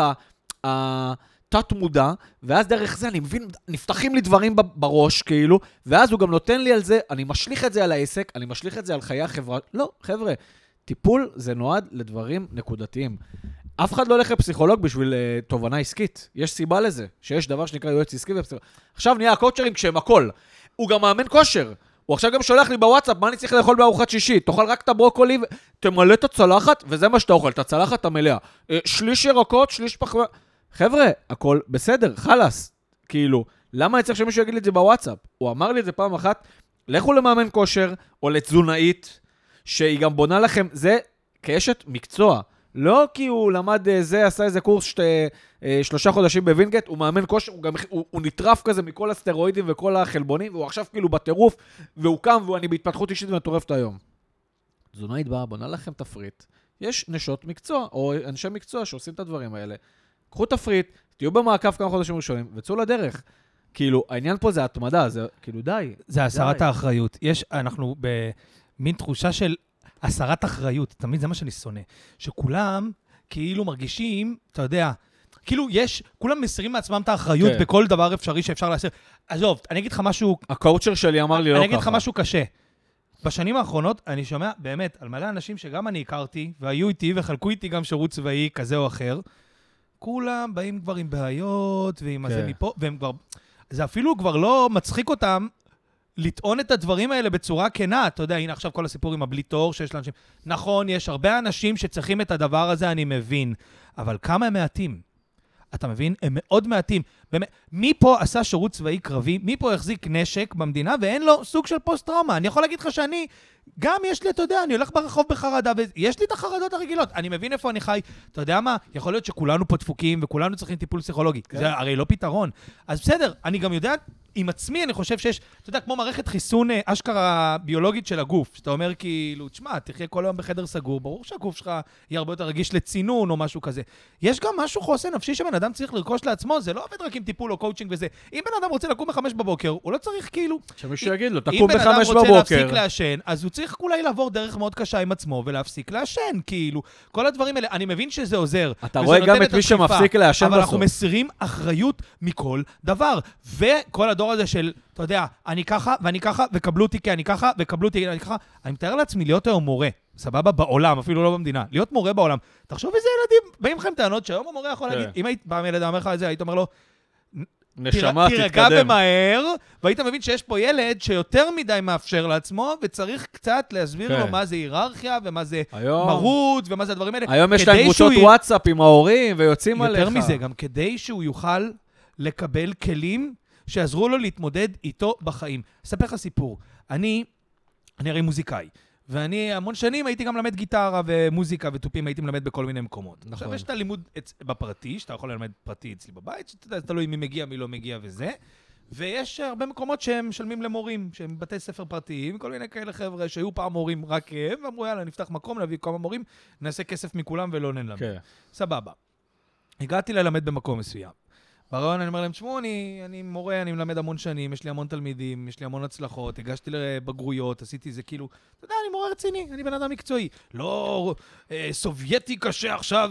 תת מודע, ואז דרך זה אני מבין, נפתחים לי דברים בראש, כאילו, ואז הוא גם נותן לי על זה, אני משליך את זה על העסק, אני משליך את זה על חיי החברה. לא, חבר'ה, טיפול זה נועד לדברים נקודתיים. אף אחד לא הולך לפסיכולוג בשביל תובנה עסקית. יש סיבה לזה, שיש דבר שנקרא יועץ עסקי ופסיכולוג. עכשיו נהיה הקואוצ'רים כשהם הכל. הוא גם מאמן כושר. הוא עכשיו גם שולח לי בוואטסאפ, מה אני צריך לאכול בארוחת שישית? תאכל רק את הברוקולי, תמלא את הצלחת, וזה מה שאתה אוכל, את הצלחת המלאה. שליש ירקות, שליש פחמן. חבר'ה, הכל בסדר, חלס. כאילו, למה אני צריך שמישהו יגיד לי את זה בוואטסאפ? הוא אמר לי את זה פעם אחת, לכו למאמן כושר, או לתזונאית, שהיא גם בונה לכם, זה כאשת מקצוע. לא כי הוא למד זה, עשה איזה קורס 3 חודשים בווינגייט, הוא מאמן כושר, הוא נטרף כזה מכל הסטרואידים וכל החלבונים, והוא עכשיו כאילו בטירוף, והוא קם, ואני בהתפתחות אישית ומטורפת היום. תזונאית בונה לכם תפריט. יש נשות מקצוע, או אנשי מקצוע שעושים את הדברים האלה. קחו תפריט, תהיו במעקב כמה חודשים ראשונים, וצאו לדרך. כאילו, העניין פה זה התמדה, זה כאילו די. זה הסרת האחריות. אנחנו במין תחושה של הסרת אחריות, תמיד זה מה שאני שונא. שכולם כאילו מרגישים, אתה יודע, כאילו כולם מסירים מעצמם את האחריות בכל דבר אפשרי שאפשר לעשות. עזוב, אני אגיד לך משהו... הקואוצ'ר שלי אמר לי לא ככה. אני אגיד לך משהו קשה. בשנים האחרונות אני שומע באמת על מלא אנשים שגם אני הכרתי, והיו איתי וחלקו איתי גם שירות צבאי כזה או אחר, כולם באים כבר עם בעיות, ועם הזה מפה, והם כבר... זה אפילו כבר לא מצחיק אותם לטעון את הדברים האלה בצורה כנה. אתה יודע, הנה עכשיו כל הסיפור עם הבלי תור שיש לאנשים. נכון, יש הרבה אנשים שצריכים את הדבר הזה, אני מבין. אבל כמה הם מעטים? אתה מבין? הם מאוד מעטים. באמת, מי פה עשה שירות צבאי קרבי? מי פה החזיק נשק במדינה ואין לו סוג של פוסט-טראומה? אני יכול להגיד לך שאני, גם יש לי, אתה יודע, אני הולך ברחוב בחרדה, ויש לי את החרדות הרגילות. אני מבין איפה אני חי. אתה יודע מה? יכול להיות שכולנו פה דפוקים וכולנו צריכים טיפול פסיכולוגי. זה הרי לא פתרון. אז בסדר, אני גם יודע, עם עצמי אני חושב שיש, אתה יודע, כמו מערכת חיסון אשכרה ביולוגית של הגוף, שאתה אומר כאילו, תשמע, תחיה כל היום בחדר סגור, ברור שהגוף שלך יהיה הרבה יותר רגיש לצינון או משהו כזה. יש גם משהו חוסן נפשי שבן אדם צריך לרכוש לעצמו, זה לא עובד רק עם טיפול או קואוצ'ינג וזה. אם בן אדם רוצה לקום ב-5 בבוקר, הוא לא צריך כאילו... שמישהו יגיד לו, תקום ב-5 בבוקר. אם בן אדם רוצה להפסיק לעשן, אז הוא צריך אולי לעבור דרך מאוד קשה עם עצמו ולהפסיק לעשן, כאילו. כל הדברים האלה, אני מבין שזה עוזר. אתה רואה גם את מי שמפסיק לעשן בסוף. אבל אנחנו מסירים אחריות מכל דבר. וכל הדור הזה של, אתה יודע, אני ככה ואני ככה, וקבלו אותי כי אני ככה, וקבלו אותי כי אני ככה. אני מתאר לעצמי להיות היום מורה, סבבה, בעולם, אפילו לא במדינה. להיות מורה בעולם. תחשוב איזה ילדים, באים לכם טענות שהיום המורה יכול להגיד, אם היית פעם ילד אומר לך את זה, היית אומר לו, נשמה, תירגע במהר, והיית מבין שיש פה ילד שיותר מדי מאפשר לעצמו, וצריך קצת להסביר לו מה זה היררכיה, ומה זה מרות, ומה זה הדברים האלה. היום יש להם קבוצות וואטסאפ עם ההורים, ויוצאים עליך. יותר מזה, גם כדי שהוא יוכל לקבל כלים שיעזרו לו להתמודד איתו בחיים. אספר לך סיפור. אני הרי מוזיקאי, ואני המון שנים הייתי גם למד גיטרה ומוזיקה וטופים, הייתי מלמד בכל מיני מקומות. עכשיו יש את הלימוד בפרטי, שאתה יכול ללמד פרטי אצלי בבית, שאתה תלוי מי מגיע, מי לא מגיע וזה, ויש הרבה מקומות שהם משלמים למורים, שהם בתי ספר פרטיים, כל מיני כאלה חבר'ה שהיו פעם מורים רק הם, ואמרו יאללה, נפתח מקום, להביא כמה מורים, נעשה כסף מכולם ולא נלמד. סבבה. הגעתי ללמד במקום מסוים. ברעיון אני אומר להם, תשמעו, אני מורה, אני מלמד המון שנים, יש לי המון תלמידים, יש לי המון הצלחות, הגשתי לבגרויות, עשיתי זה כאילו, אתה יודע, אני מורה רציני, אני בן אדם מקצועי. לא סובייטי קשה עכשיו,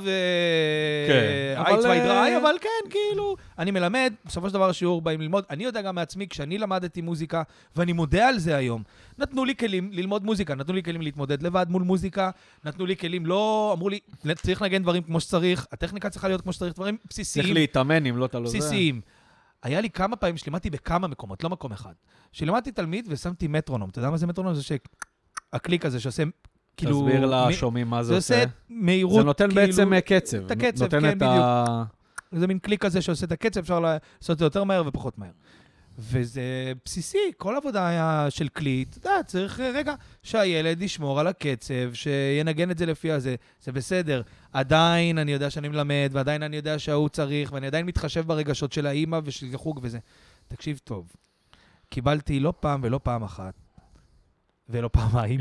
אייץ ויידראי, אבל כן, כאילו, אני מלמד, בסופו של דבר השיעור באים ללמוד, אני יודע גם מעצמי, כשאני למדתי מוזיקה, ואני מודה על זה היום, נתנו לי כלים ללמוד מוזיקה, נתנו לי כלים להתמודד לבד מול מוזיקה, נתנו לי כלים, לא, אמרו לי, צריך לנגן דברים כמו שצריך, הטכניקה צריכה להיות כמו שצריך, דברים בסיסיים. צריך להתאמן אם לא תלו זה. בסיסיים. היה לי כמה פעמים שלימדתי בכמה מקומות, לא מקום אחד. שלימדתי תלמיד ושמתי מטרונום. אתה יודע מה זה מטרונום? זה שהקליק הזה שעושה, כאילו... תסביר לשומעים מה זה עושה. זה עושה מהירות, זה נותן בעצם קצב. את הקצב, כן, בדיוק. זה מין קליק כזה שעושה את הקצב, אפשר לעשות את זה יותר מהר ופחות מהר. וזה בסיסי, כל עבודה היה של כלי, אתה יודע, צריך רגע שהילד ישמור על הקצב, שינגן את זה לפי הזה, זה בסדר. עדיין אני יודע שאני מלמד, ועדיין אני יודע שהוא צריך, ואני עדיין מתחשב ברגשות של האמא ושל החוג וזה. תקשיב טוב, קיבלתי לא פעם ולא פעם אחת, ולא פעמיים,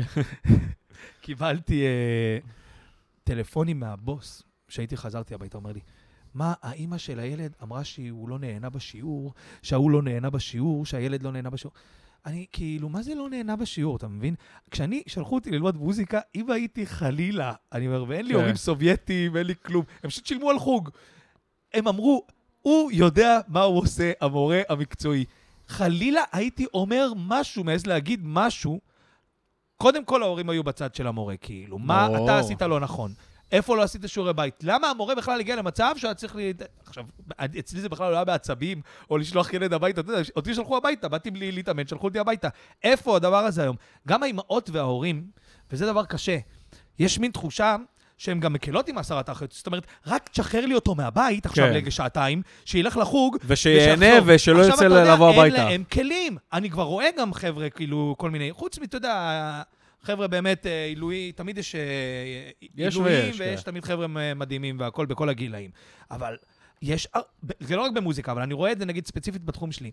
קיבלתי טלפונים מהבוס, שהייתי חזרתי הביתה, אומר לי, מה, האמא של הילד אמרה שהוא לא נהנה בשיעור, שההוא לא נהנה בשיעור, שהילד לא נהנה בשיעור. אני, כאילו, מה זה לא נהנה בשיעור, אתה מבין? כשאני, שלחו אותי ללמוד מוזיקה, אם הייתי חלילה, אני אומר, ואין לי הורים סובייטיים, ואין לי כלום, הם פשוט שילמו על חוג. הם אמרו, הוא יודע מה הוא עושה, המורה המקצועי. חלילה הייתי אומר משהו, מעז להגיד משהו, קודם כל ההורים היו בצד של המורה, כאילו, מה אתה עשית לא נכון? איפה לא עשית שיעורי בית? למה המורה בכלל הגיע למצב שהיה צריך עכשיו, אצלי זה בכלל לא היה בעצבים, או לשלוח ילד הביתה, אתה יודע, אותי שלחו הביתה, באתי בלי להתאמן, שלחו אותי הביתה. איפה הדבר הזה היום? גם האמהות וההורים, וזה דבר קשה, יש מין תחושה שהן גם מקלות עם הסרת האחריות. זאת אומרת, רק תשחרר לי אותו מהבית, עכשיו לשעתיים, שילך לחוג, ושיהנה ושלא יוצא לבוא הביתה. עכשיו, אתה יודע, אין להם כלים. אני כבר רואה גם חבר'ה, כאילו, כל מיני, חוץ אתה יודע, חבר'ה באמת עילוי, תמיד יש עילויים, ויש תמיד חבר'ה מדהימים והכל בכל הגילאים. אבל יש, זה לא רק במוזיקה, אבל אני רואה את זה נגיד ספציפית בתחום שלי.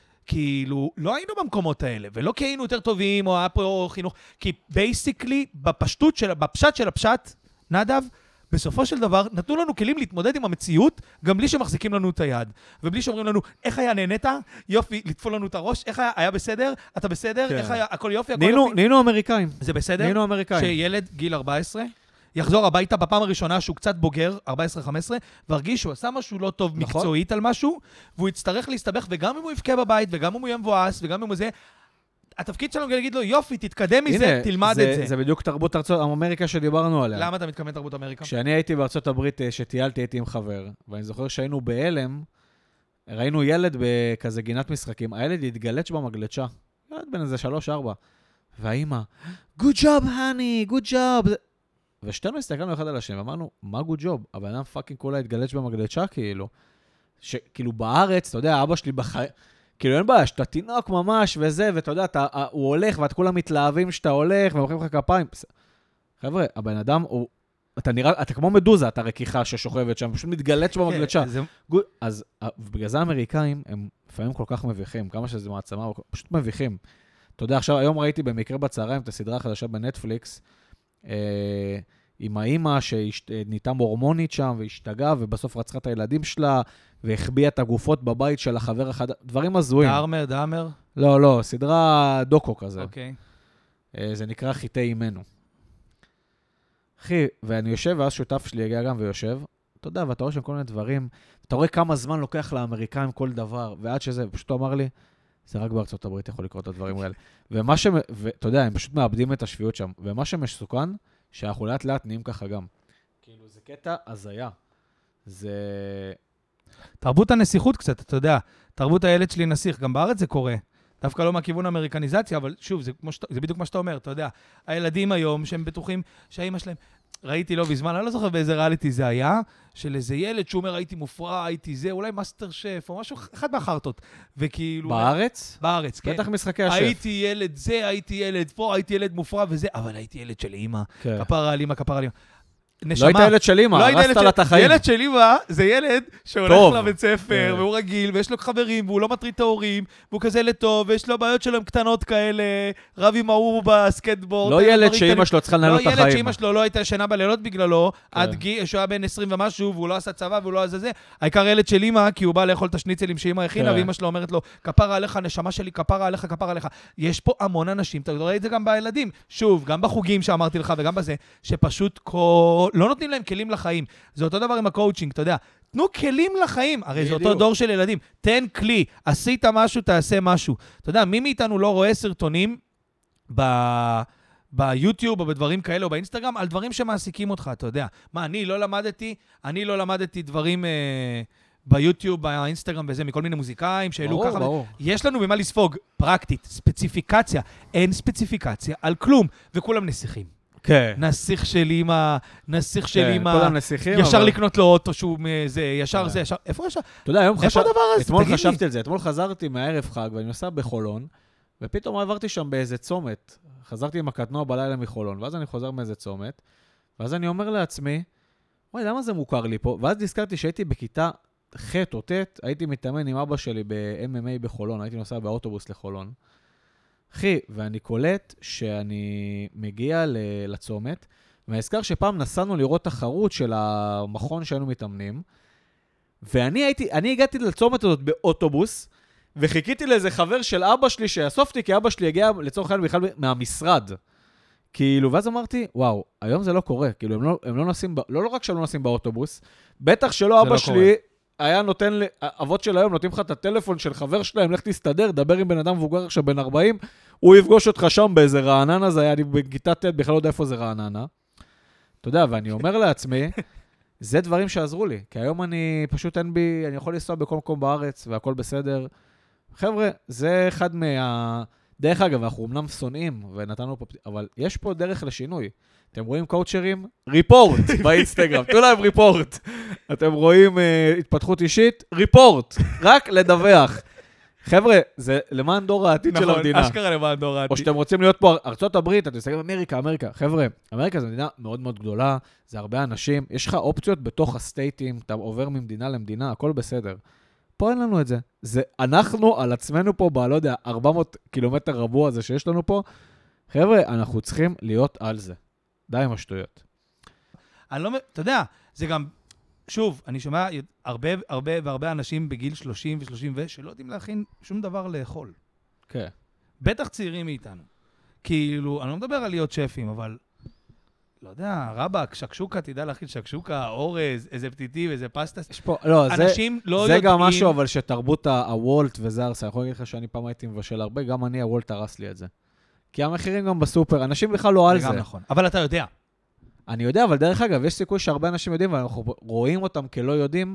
כאילו, לא היינו במקומות האלה, ולא כי היינו יותר טובים, או היה פה חינוך, כי בייסיקלי, בפשט של הפשט, נדב, בסופו של דבר, נתנו לנו כלים להתמודד עם המציאות, גם בלי שמחזיקים לנו את היד. ובלי שאומרים לנו, איך היה נהנית? יופי, לטפול לנו את הראש, איך היה בסדר? אתה בסדר? כן. איך היה? הכל יופי, הכל יופי. נהיינו אמריקאים. זה בסדר? נהיינו אמריקאים. שילד גיל 14, יחזור הביתה בפעם הראשונה שהוא קצת בוגר, 14-15, והרגיש שהוא עשה משהו לא טוב מקצועית על משהו, והוא יצטרך להסתבך, וגם אם הוא יבכה בבית, וגם אם הוא יהיה מבואס, וגם אם הוא זה, התפקיד שלנו להגיד לו, יופי, תתקדם מזה, תלמד את זה. זה בדיוק תרבות אמריקה שדיברנו עליה. למה אתה מתכוון תרבות אמריקה? כשאני הייתי בארצות הברית, שטיילתי, הייתי עם חבר, ואני זוכר שהיינו בהלם, ראינו ילד בכזה גינת משחקים, הילד התגלץ' במגלצ'ה, ילד בן איזה 3-4, והאימא, good job, honey, good job. ושתינו הסתכלנו אחד על השם, ואמרנו, מה good job? הבן אדם פאקינג כולה התגלץ' במגלצ'ה, כאילו. שכאילו בארץ, אתה יודע, אבא שלי כאילו אין בעיה, שאתה תינוק ממש וזה, ואתה יודע, הוא הולך, ואת כולם מתלהבים שאתה הולך, ומוחאים לך כפיים. חבר'ה, הבן אדם, אתה כמו מדוזה, אתה רכיחה ששוכבת שם, פשוט מתגלת שם במגלשה. אז בגלל זה האמריקאים, הם לפעמים כל כך מביכים, כמה שזה מעצמה, פשוט מביכים. אתה יודע, עכשיו, היום ראיתי במקרה בצהריים את הסדרה החדשה בנטפליקס, עם האמא שנהייתה הורמונית שם, והשתגעה, ובסוף רצחה את הילדים שלה, והחביאה את הגופות בבית של החבר אחד, דברים הזויים. דאמר? לא, סדרה דוקו כזה. אוקיי. זה נקרא חיטי אימנו. אחי, ואני יושב, ואז שותף שלי הגיע גם ויושב, אתה יודע, ואתה רואה שם כל מיני דברים, אתה רואה כמה זמן לוקח לאמריקאים כל דבר, ועד שזה, פשוט הוא אמר לי, זה רק בארצות הברית יכול לקרות את הדברים האלה. ואתה יודע, הם פשוט מאבדים את השפיות שם, ומה שמסוכן, שאנחנו לאט לאט נהיים ככה גם. כאילו, זה קטע הזיה. זה... תרבות הנסיכות קצת, אתה יודע, תרבות הילד שלי נסיך, גם בארץ זה קורה. דווקא לא מהכיוון האמריקניזציה, אבל שוב, זה בדיוק מה שאתה אומר, אתה יודע. הילדים היום שהם בטוחים שהאמא שלהם, ראיתי לא בזמן, אני לא זוכר באיזה ריאליטי זה היה, של איזה ילד שאומר, הייתי מופרע, הייתי זה, אולי מאסטר שף, או משהו, אחד מהחרטות. וכאילו... בארץ? בארץ, כן. בטח משחקי השף. הייתי ילד זה, הייתי ילד פה, הייתי ילד מופרע וזה, אבל הייתי ילד של אמא. כן. כפרה על אמא, כפרה על אמא. לא היית ילד של אמא, הרסת לה את החיים. ילד של אמא זה ילד שהולך לבית ספר, והוא רגיל, ויש לו חברים, והוא לא מטריד את ההורים, והוא כזה ילד טוב, ויש לו בעיות שלו עם קטנות כאלה, רב עם ההוא בסקטבורד. לא ילד שאמא שלו צריכה לנהל את החיים. לא ילד שאמא שלו לא הייתה ישנה בלילות בגללו, עד גיל, שהוא היה בן 20 ומשהו, והוא לא עשה צבא, והוא לא עשה זה. העיקר ילד של אמא, כי הוא בא לאכול את השניצלים שאמא הכינה, ואמא שלו אומרת לו, כפרה עליך, נשמה שלי, כפרה עליך, כפרה עליך. יש פה המון אנשים, אתה רואה את זה גם בילדים, שוב, גם בחוגים שאמרתי לך וגם בזה, שפשוט לא נותנים להם כלים לחיים. זה אותו דבר עם הקואוצ'ינג, אתה יודע. תנו כלים לחיים. הרי זה אותו דור של ילדים. תן כלי. עשית משהו, תעשה משהו. אתה יודע, מי מאיתנו לא רואה סרטונים ביוטיוב או בדברים כאלה או באינסטגרם על דברים שמעסיקים אותך, אתה יודע. מה, אני לא למדתי דברים ביוטיוב, באינסטגרם וזה, מכל מיני מוזיקאים שהעלו ככה. ברור. יש לנו במה לספוג, פרקטית, ספציפיקציה. אין ספציפיקציה על כלום, וכולם נסיכים. כן. נסיך של אמא, כולם נסיכים. ישר לקנות לו אוטו שהוא זה, ישר זה, ישר, איפה ישר? אתה יודע, איפה הדבר הזה? אתמול חשבתי על זה, אתמול חזרתי מהערב חג, ואני נוסע בחולון, ופתאום עברתי שם באיזה צומת, חזרתי עם הקטנוע בלילה מחולון, ואז אני חוזר מאיזה צומת, ואז אני אומר לעצמי, וואי, למה זה מוכר לי פה? ואז נזכרתי שהייתי בכיתה ח' או ט', הייתי מתאמן עם אבא שלי ב-MMA בחולון, הייתי נוסע באוטובוס לחולון. אחי, ואני קולט שאני מגיע לצומת, ואני אזכר שפעם נסענו לראות תחרות של המכון שהיינו מתאמנים, ואני הגעתי לצומת הזאת באוטובוס, וחיכיתי לאיזה חבר של אבא שלי שיאסוף אותי, כי אבא שלי הגיע לצורך העניין בכלל מהמשרד. כאילו, ואז אמרתי, וואו, היום זה לא קורה. כאילו, הם לא נוסעים, לא רק שהם לא נוסעים באוטובוס, בטח שלא אבא שלי היה נותן, אבות של היום נותנים לך את הטלפון של חבר שלהם, לך תסתדר, דבר עם בן אדם מבוגר עכשיו בן 40, הוא יפגוש אותך שם באיזה רעננה, זה היה לי בכיתה ט', בכלל לא יודע איפה זה רעננה. אתה יודע, ואני אומר לעצמי, זה דברים שעזרו לי, כי היום אני פשוט אין בי, אני יכול לנסוע בכל מקום בארץ, והכל בסדר. חבר'ה, זה אחד דרך אגב, אנחנו אמנם שונאים, ונתנו פה, אבל יש פה דרך לשינוי. אתם רואים קואוצ'רים? ריפורט באינסטגרם, תנו להם ריפורט. אתם רואים התפתחות אישית? ריפורט, רק לדווח. חבר'ה, זה למען דור העתיד של המדינה. נכון, אשכרה למען דור העתיד. או שאתם רוצים להיות פה ארצות הברית, אתם מסתכלים אמריקה. חבר'ה, אמריקה זו מדינה מאוד מאוד גדולה, זה הרבה אנשים, יש לך אופציות בתוך הסטייטים, אתה עובר ממדינה למדינה, הכל בסדר. פה אין לנו את זה. זה אנחנו על עצמנו פה, לא יודע, 400 קילומטר רבוע הזה שיש לנו פה. חבר'ה, אנחנו צריכים להיות על זה. די עם השטויות. אני לא, אתה יודע, זה גם, שוב, אני שומע הרבה אנשים בגיל 30 ו-30 שלא יודעים להכין שום דבר לאכול. כן. בטח צעירים מאיתנו. כאילו, אני לא מדבר על להיות שפים, אבל, לא יודע, רבק, שקשוקה, תדע להכין שקשוקה, אורז, איזה פתיתים, איזה פסטה. יש פה, לא, אנשים לא זה יודעים... גם משהו, אבל שתרבות הוולט וזה הרסה. אני יכול להגיד לך שאני פעם הייתי מבשל הרבה, גם אני, הוולט הרס לי את זה. כי המחירים גם בסופר, אנשים בכלל לא על זה. זה גם נכון. אבל אתה יודע. אני יודע, אבל דרך אגב, יש סיכוי שהרבה אנשים יודעים, ואנחנו רואים אותם כלא יודעים,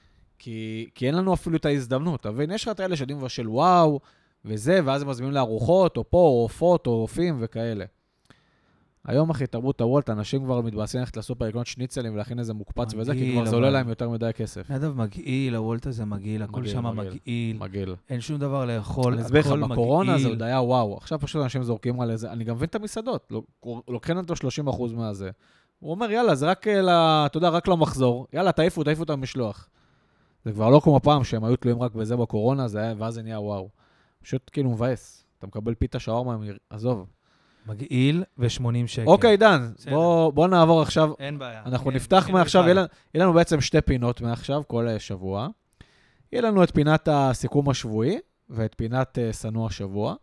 כי אין לנו אפילו את ההזדמנות. אתה מבין? יש לך את האלה שיודעים מבשל וואו, וזה, ואז הם מזמינים לארוחות, או פה, או עופות, או עופים, וכאלה. היום, אחי, תרבות הוולט, אנשים כבר מתבאסים ללכת לסופר לקנות שניצלים ולהכין איזה מוקפץ וזה, כי מגעיל, כבר זה אבל- עולה להם יותר מדי כסף. נדב מגעיל, הוולט הזה מגעיל, הכל מגעיל, שם מגעיל. מגעיל, מגעיל. אין שום דבר לאכול, אני אסביר לך, הכל בקורונה זה מגעיל. עוד היה וואו. עכשיו פשוט אנשים זורקים על איזה, אני גם מבין את המסעדות, לוקחים אותו 30% מהזה. הוא אומר, יאללה, זה רק, אתה יודע, רק למחזור. יאללה, תעיפו את המשלוח. זה כבר לא כמו פעם שהם היו תלויים רק בזה בקורונה, ואז זה נהיה וואו. פשוט כאילו מבאס. אתה מקבל פיתה שווארמה, עזוב. מגעיל ו-80 שקל. אוקיי, דן, בסדר. בוא נעבור עכשיו. אין בעיה. אנחנו כן, נפתח כן, מעכשיו, בכלל. יהיה לנו בעצם 2 פינות מעכשיו, כל שבוע. יהיה לנו את פינת הסיכום השבועי, ואת פינת סנוע השבוע.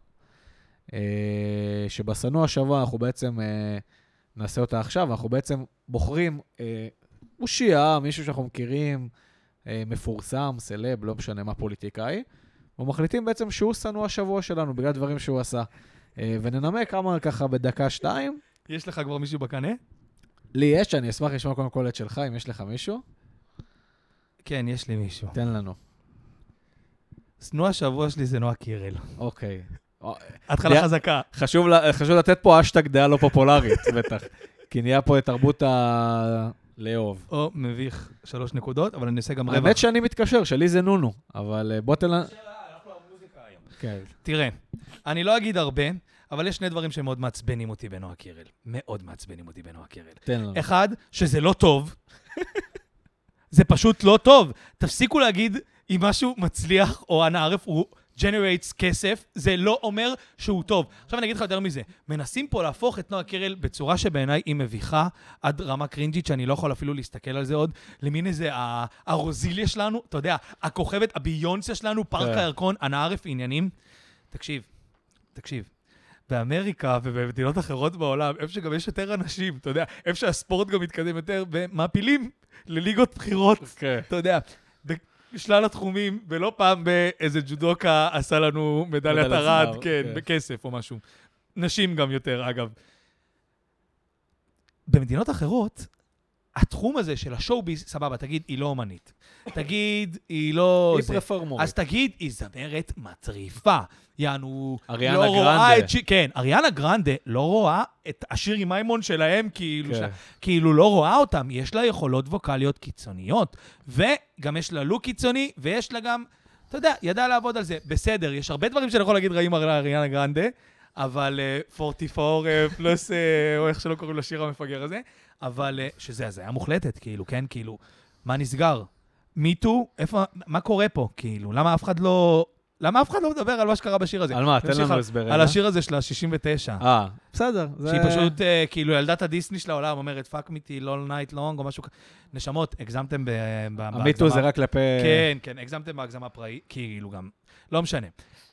שבסנוע השבוע אנחנו בעצם נעשה אותה עכשיו, אנחנו בעצם בוחרים אושייה, מישהו שאנחנו מכירים, מפורסם, סלב, לא משנה מה פוליטיקאי, ומחליטים בעצם שהוא סנוע השבוע שלנו, בגלל דברים שהוא עשה. וננמק כמה ככה בדקה 2. יש לך כבר מישהו בקנה? לי יש, אני אשמח לשמוע קודם כל את שלך, אם יש לך מישהו. כן, יש לי מישהו. תן לנו. שנוא השבוע שלי זה נועה קירל. אוקיי. התחלה חזקה. חשוב לתת פה אשטג דעה לא פופולרית, בטח. כי נהיה פה את תרבות לאהוב. או מביך 3 נקודות, אבל אני אעשה גם רווח. האמת שאני מתקשר, שלי זה נונו, אבל בוא תן לנו... כן. תראה, אני לא אגיד הרבה, אבל יש 2 דברים שמאוד מעצבנים אותי בנועה קירל. מאוד מעצבנים אותי בנועה קירל. תן לנו. אחד, שזה לא טוב. זה פשוט לא טוב. תפסיקו להגיד אם משהו מצליח או הנערף הוא generates כסף, זה לא אומר שהוא טוב. עכשיו אני אגיד לך יותר מזה. מנסים פה להפוך את נועה קירל בצורה שבעיניי היא מביכה עד רמה קרינג'ית, שאני לא יכול אפילו להסתכל על זה עוד, למין איזה הרוזיליה שלנו, אתה יודע, הכוכבת, הביונסיה שלנו, פארק הירקון, הנערף עניינים. תקשיב. באמריקה ובמדינות אחרות בעולם, איפה שגם יש יותר אנשים, אתה יודע, איפה שהספורט גם מתקדם יותר, ומעפילים לליגות בחירות, אתה יודע, בשלל התחומים, ולא פעם באיזה ג'ודוקה עשה לנו מדליית ארד, כן, בכסף או משהו. נשים גם יותר, אגב. במדינות אחרות, התחום הזה של השואו-ביז, סבבה, תגיד, היא לא אומנית. תגיד, היא לא... היא פרפורמורית. אז תגיד, היא זמרת מטריפה. יענו... אריאנה גרנדה. כן, אריאנה גרנדה לא רואה את השיר עם מימון שלהם, כן. כאילו לא רואה אותם. יש לה יכולות ווקליות קיצוניות, וגם יש לה לוק קיצוני, ויש לה גם, אתה יודע, ידע לעבוד על זה. בסדר, יש הרבה דברים שאני יכול להגיד רעים על אריאנה גרנדה, אבל 44 פלוס, או איך שלא קוראים לשיר המפגר הזה, אבל שזה הזיה מוחלטת, כאילו, כן, כאילו, מה נסגר? מיטו, איפה, מה קורה פה? כאילו, למה אף אחד לא מדבר על מה שקרה בשיר הזה? על מה? תן לנו הסבר. על השיר הזה של ה-69. בסדר. שהיא פשוט, כאילו, ילדת הדיסני של העולם, אומרת, fuck me till all night long, או משהו כזה. נשמות, הגזמתם בהגזמה. המיטו זה רק כלפי... כן, הגזמתם בהגזמה פראי, כאילו גם, לא משנה.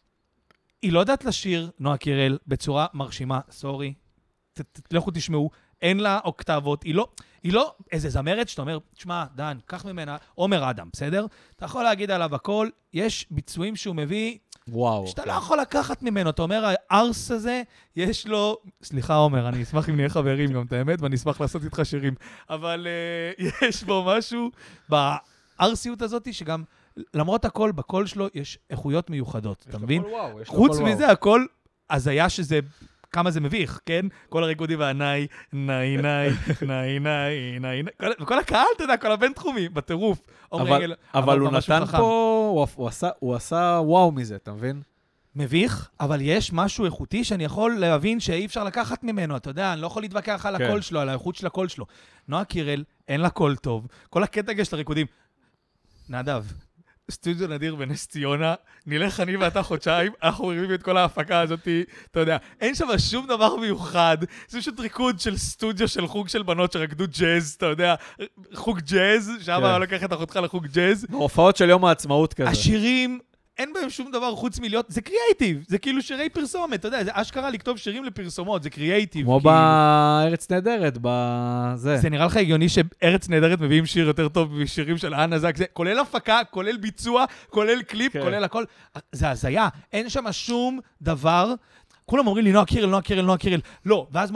היא לא יודעת לשיר, נועה קירל, בצורה מרשימה, סורי, לכו תשמעו, אין לה אוקטבות, היא לא איזה זמרת שאתה אומר, תשמע, דן, קח ממנה, עומר אדם, בסדר? אתה יכול להגיד עליו הכל, יש ביצועים שהוא מביא, וואו. שאתה לא יכול לקחת ממנו, אתה אומר, הארס הזה, יש לו, סליחה עומר, אני אשמח אם נהיה חברים גם את האמת, ואני אשמח לעשות איתך שירים, אבל יש בו משהו בארסיות הזאת, שגם למרות הכל, בקול שלו יש איכויות מיוחדות, אתה מבין? חוץ מזה, הכל, אז היה שזה... כמה זה מביך, כן? כל הריקודים והנאי, נאי, נאי, נאי, נאי, נאי, וכל הקהל, אתה יודע, כל הבן תחומי, בטירוף. אבל הוא נתן פה, הוא עשה וואו מזה, אתה מבין? מביך, אבל יש משהו איכותי שאני יכול להבין שאי אפשר לקחת ממנו, אתה יודע, אני לא יכול להתווכח על הקול שלו, על האיכות של הקול שלו. נועה קירל, אין לה קול טוב, כל הקטע של הריקודים. נדב. סטודיו נדיר בנס ציונה, נלך אני ואתה חודשיים, אנחנו מרימים את כל ההפקה הזאת, אתה יודע, אין שם שום דבר מיוחד, זה פשוט ריקוד של סטודיו של חוג של בנות שרקדו ג'אז, אתה יודע, חוג ג'אז, שאבא לקח את אחותך לחוג ג'אז. הופעות של יום העצמאות כזה. השירים, אין בהם שום דבר חוץ מלהיות, זה קריאייטיב, זה כאילו שירי פרסומת, אתה יודע, זה אשכרה לכתוב שירים לפרסומות, זה קריאייטיב. כמו בארץ נהדרת, בזה. זה נראה לך הגיוני שארץ נהדרת מביאים שיר יותר טוב משירים של אנה זק, זה כולל הפקה, כולל ביצוע, כולל קליפ, כולל הכל. זה הזיה, אין שם שום דבר. כולם אומרים לי, נועה קירל, נועה קירל, נועה קירל. לא, ואז אומרים לי,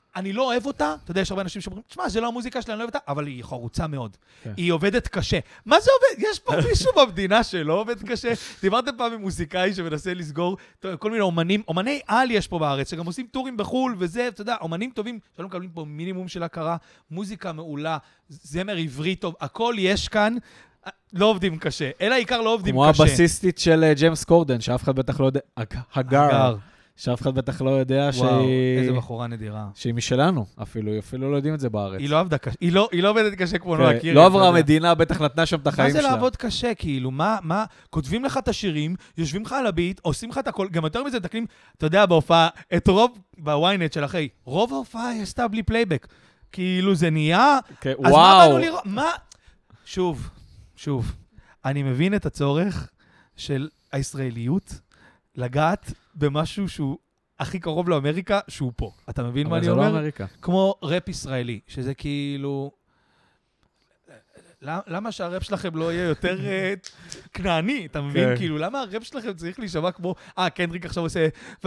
אני לא אוהב אותה, אתה יודע, יש הרבה אנשים שאומרים, תשמע, זה לא המוזיקה שלי, אני לא אוהב אותה, אבל היא חרוצה מאוד. היא עובדת קשה. מה זה עובד? יש פה מישהו במדינה שלא עובד קשה? דיברתם פעם עם מוזיקאי שמנסה לסגור, כל מיני אומנים, אומני על יש פה בארץ, שגם עושים טורים בחול וזה, אתה יודע, אומנים טובים, שלא מקבלים פה מינימום של הכרה, מוזיקה מעולה, זמר עברי טוב, הכל יש כאן, לא עובדים קשה. אלא העיקר לא עובדים קשה. כמו הבסיסטית של ג'יימס קורדן, שאף אחד בטח לא יודע, הגר. שאף אחד בטח לא יודע שהיא... וואו, איזה בחורה נדירה. שהיא משלנו, אפילו לא יודעים את זה בארץ. היא לא עבדה קשה, היא לא עובדת קשה כמו נועה קירל. לא עברה המדינה, בטח נתנה שם את החיים שלה. מה זה לעבוד קשה, כאילו? מה? כותבים לך את השירים, יושבים לך על הביט, עושים לך את הכל, גם יותר מזה, תקנים, אתה יודע, בהופעה, את רוב, בוויינט של אחי, רוב ההופעה היא עשתה בלי פלייבק. כאילו זה נהיה... אז מה באנו לראות? מה? שוב, אני מבין את הצורך של הישראליות לגעת במשהו שהוא הכי קרוב לאמריקה, שהוא פה. אתה מבין מה אני אומר? אבל זה לא אמריקה. כמו ראפ ישראלי, שזה כאילו... למה שהראפ שלכם לא יהיה יותר כנעני? אתה מבין? כאילו, למה הראפ שלכם צריך להישמע כמו... קנדריק עכשיו עושה...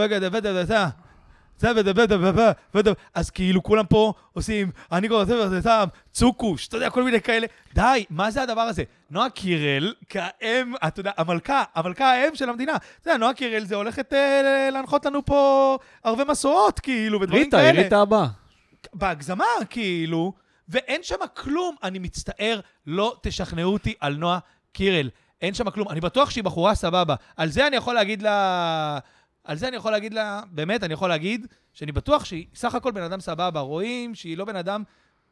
אז כאילו כולם פה עושים, אני קורא לזה, צוקוש, אתה יודע, כל מיני כאלה. די, מה זה הדבר הזה? נועה קירל, כאם, אתה יודע, המלכה האם של המדינה. אתה יודע, נועה קירל זה הולכת להנחות לנו פה הרבה מסורות, כאילו, ודברים כאלה. ריטה הבאה. בהגזמה, כאילו, ואין שם כלום. אני מצטער, לא תשכנעו אותי על נועה קירל. אין שם כלום. אני בטוח שהיא בחורה סבבה. על זה אני יכול להגיד לה, באמת, אני יכול להגיד שאני בטוח שהיא סך הכל בן אדם סבבה, רואים שהיא לא בן אדם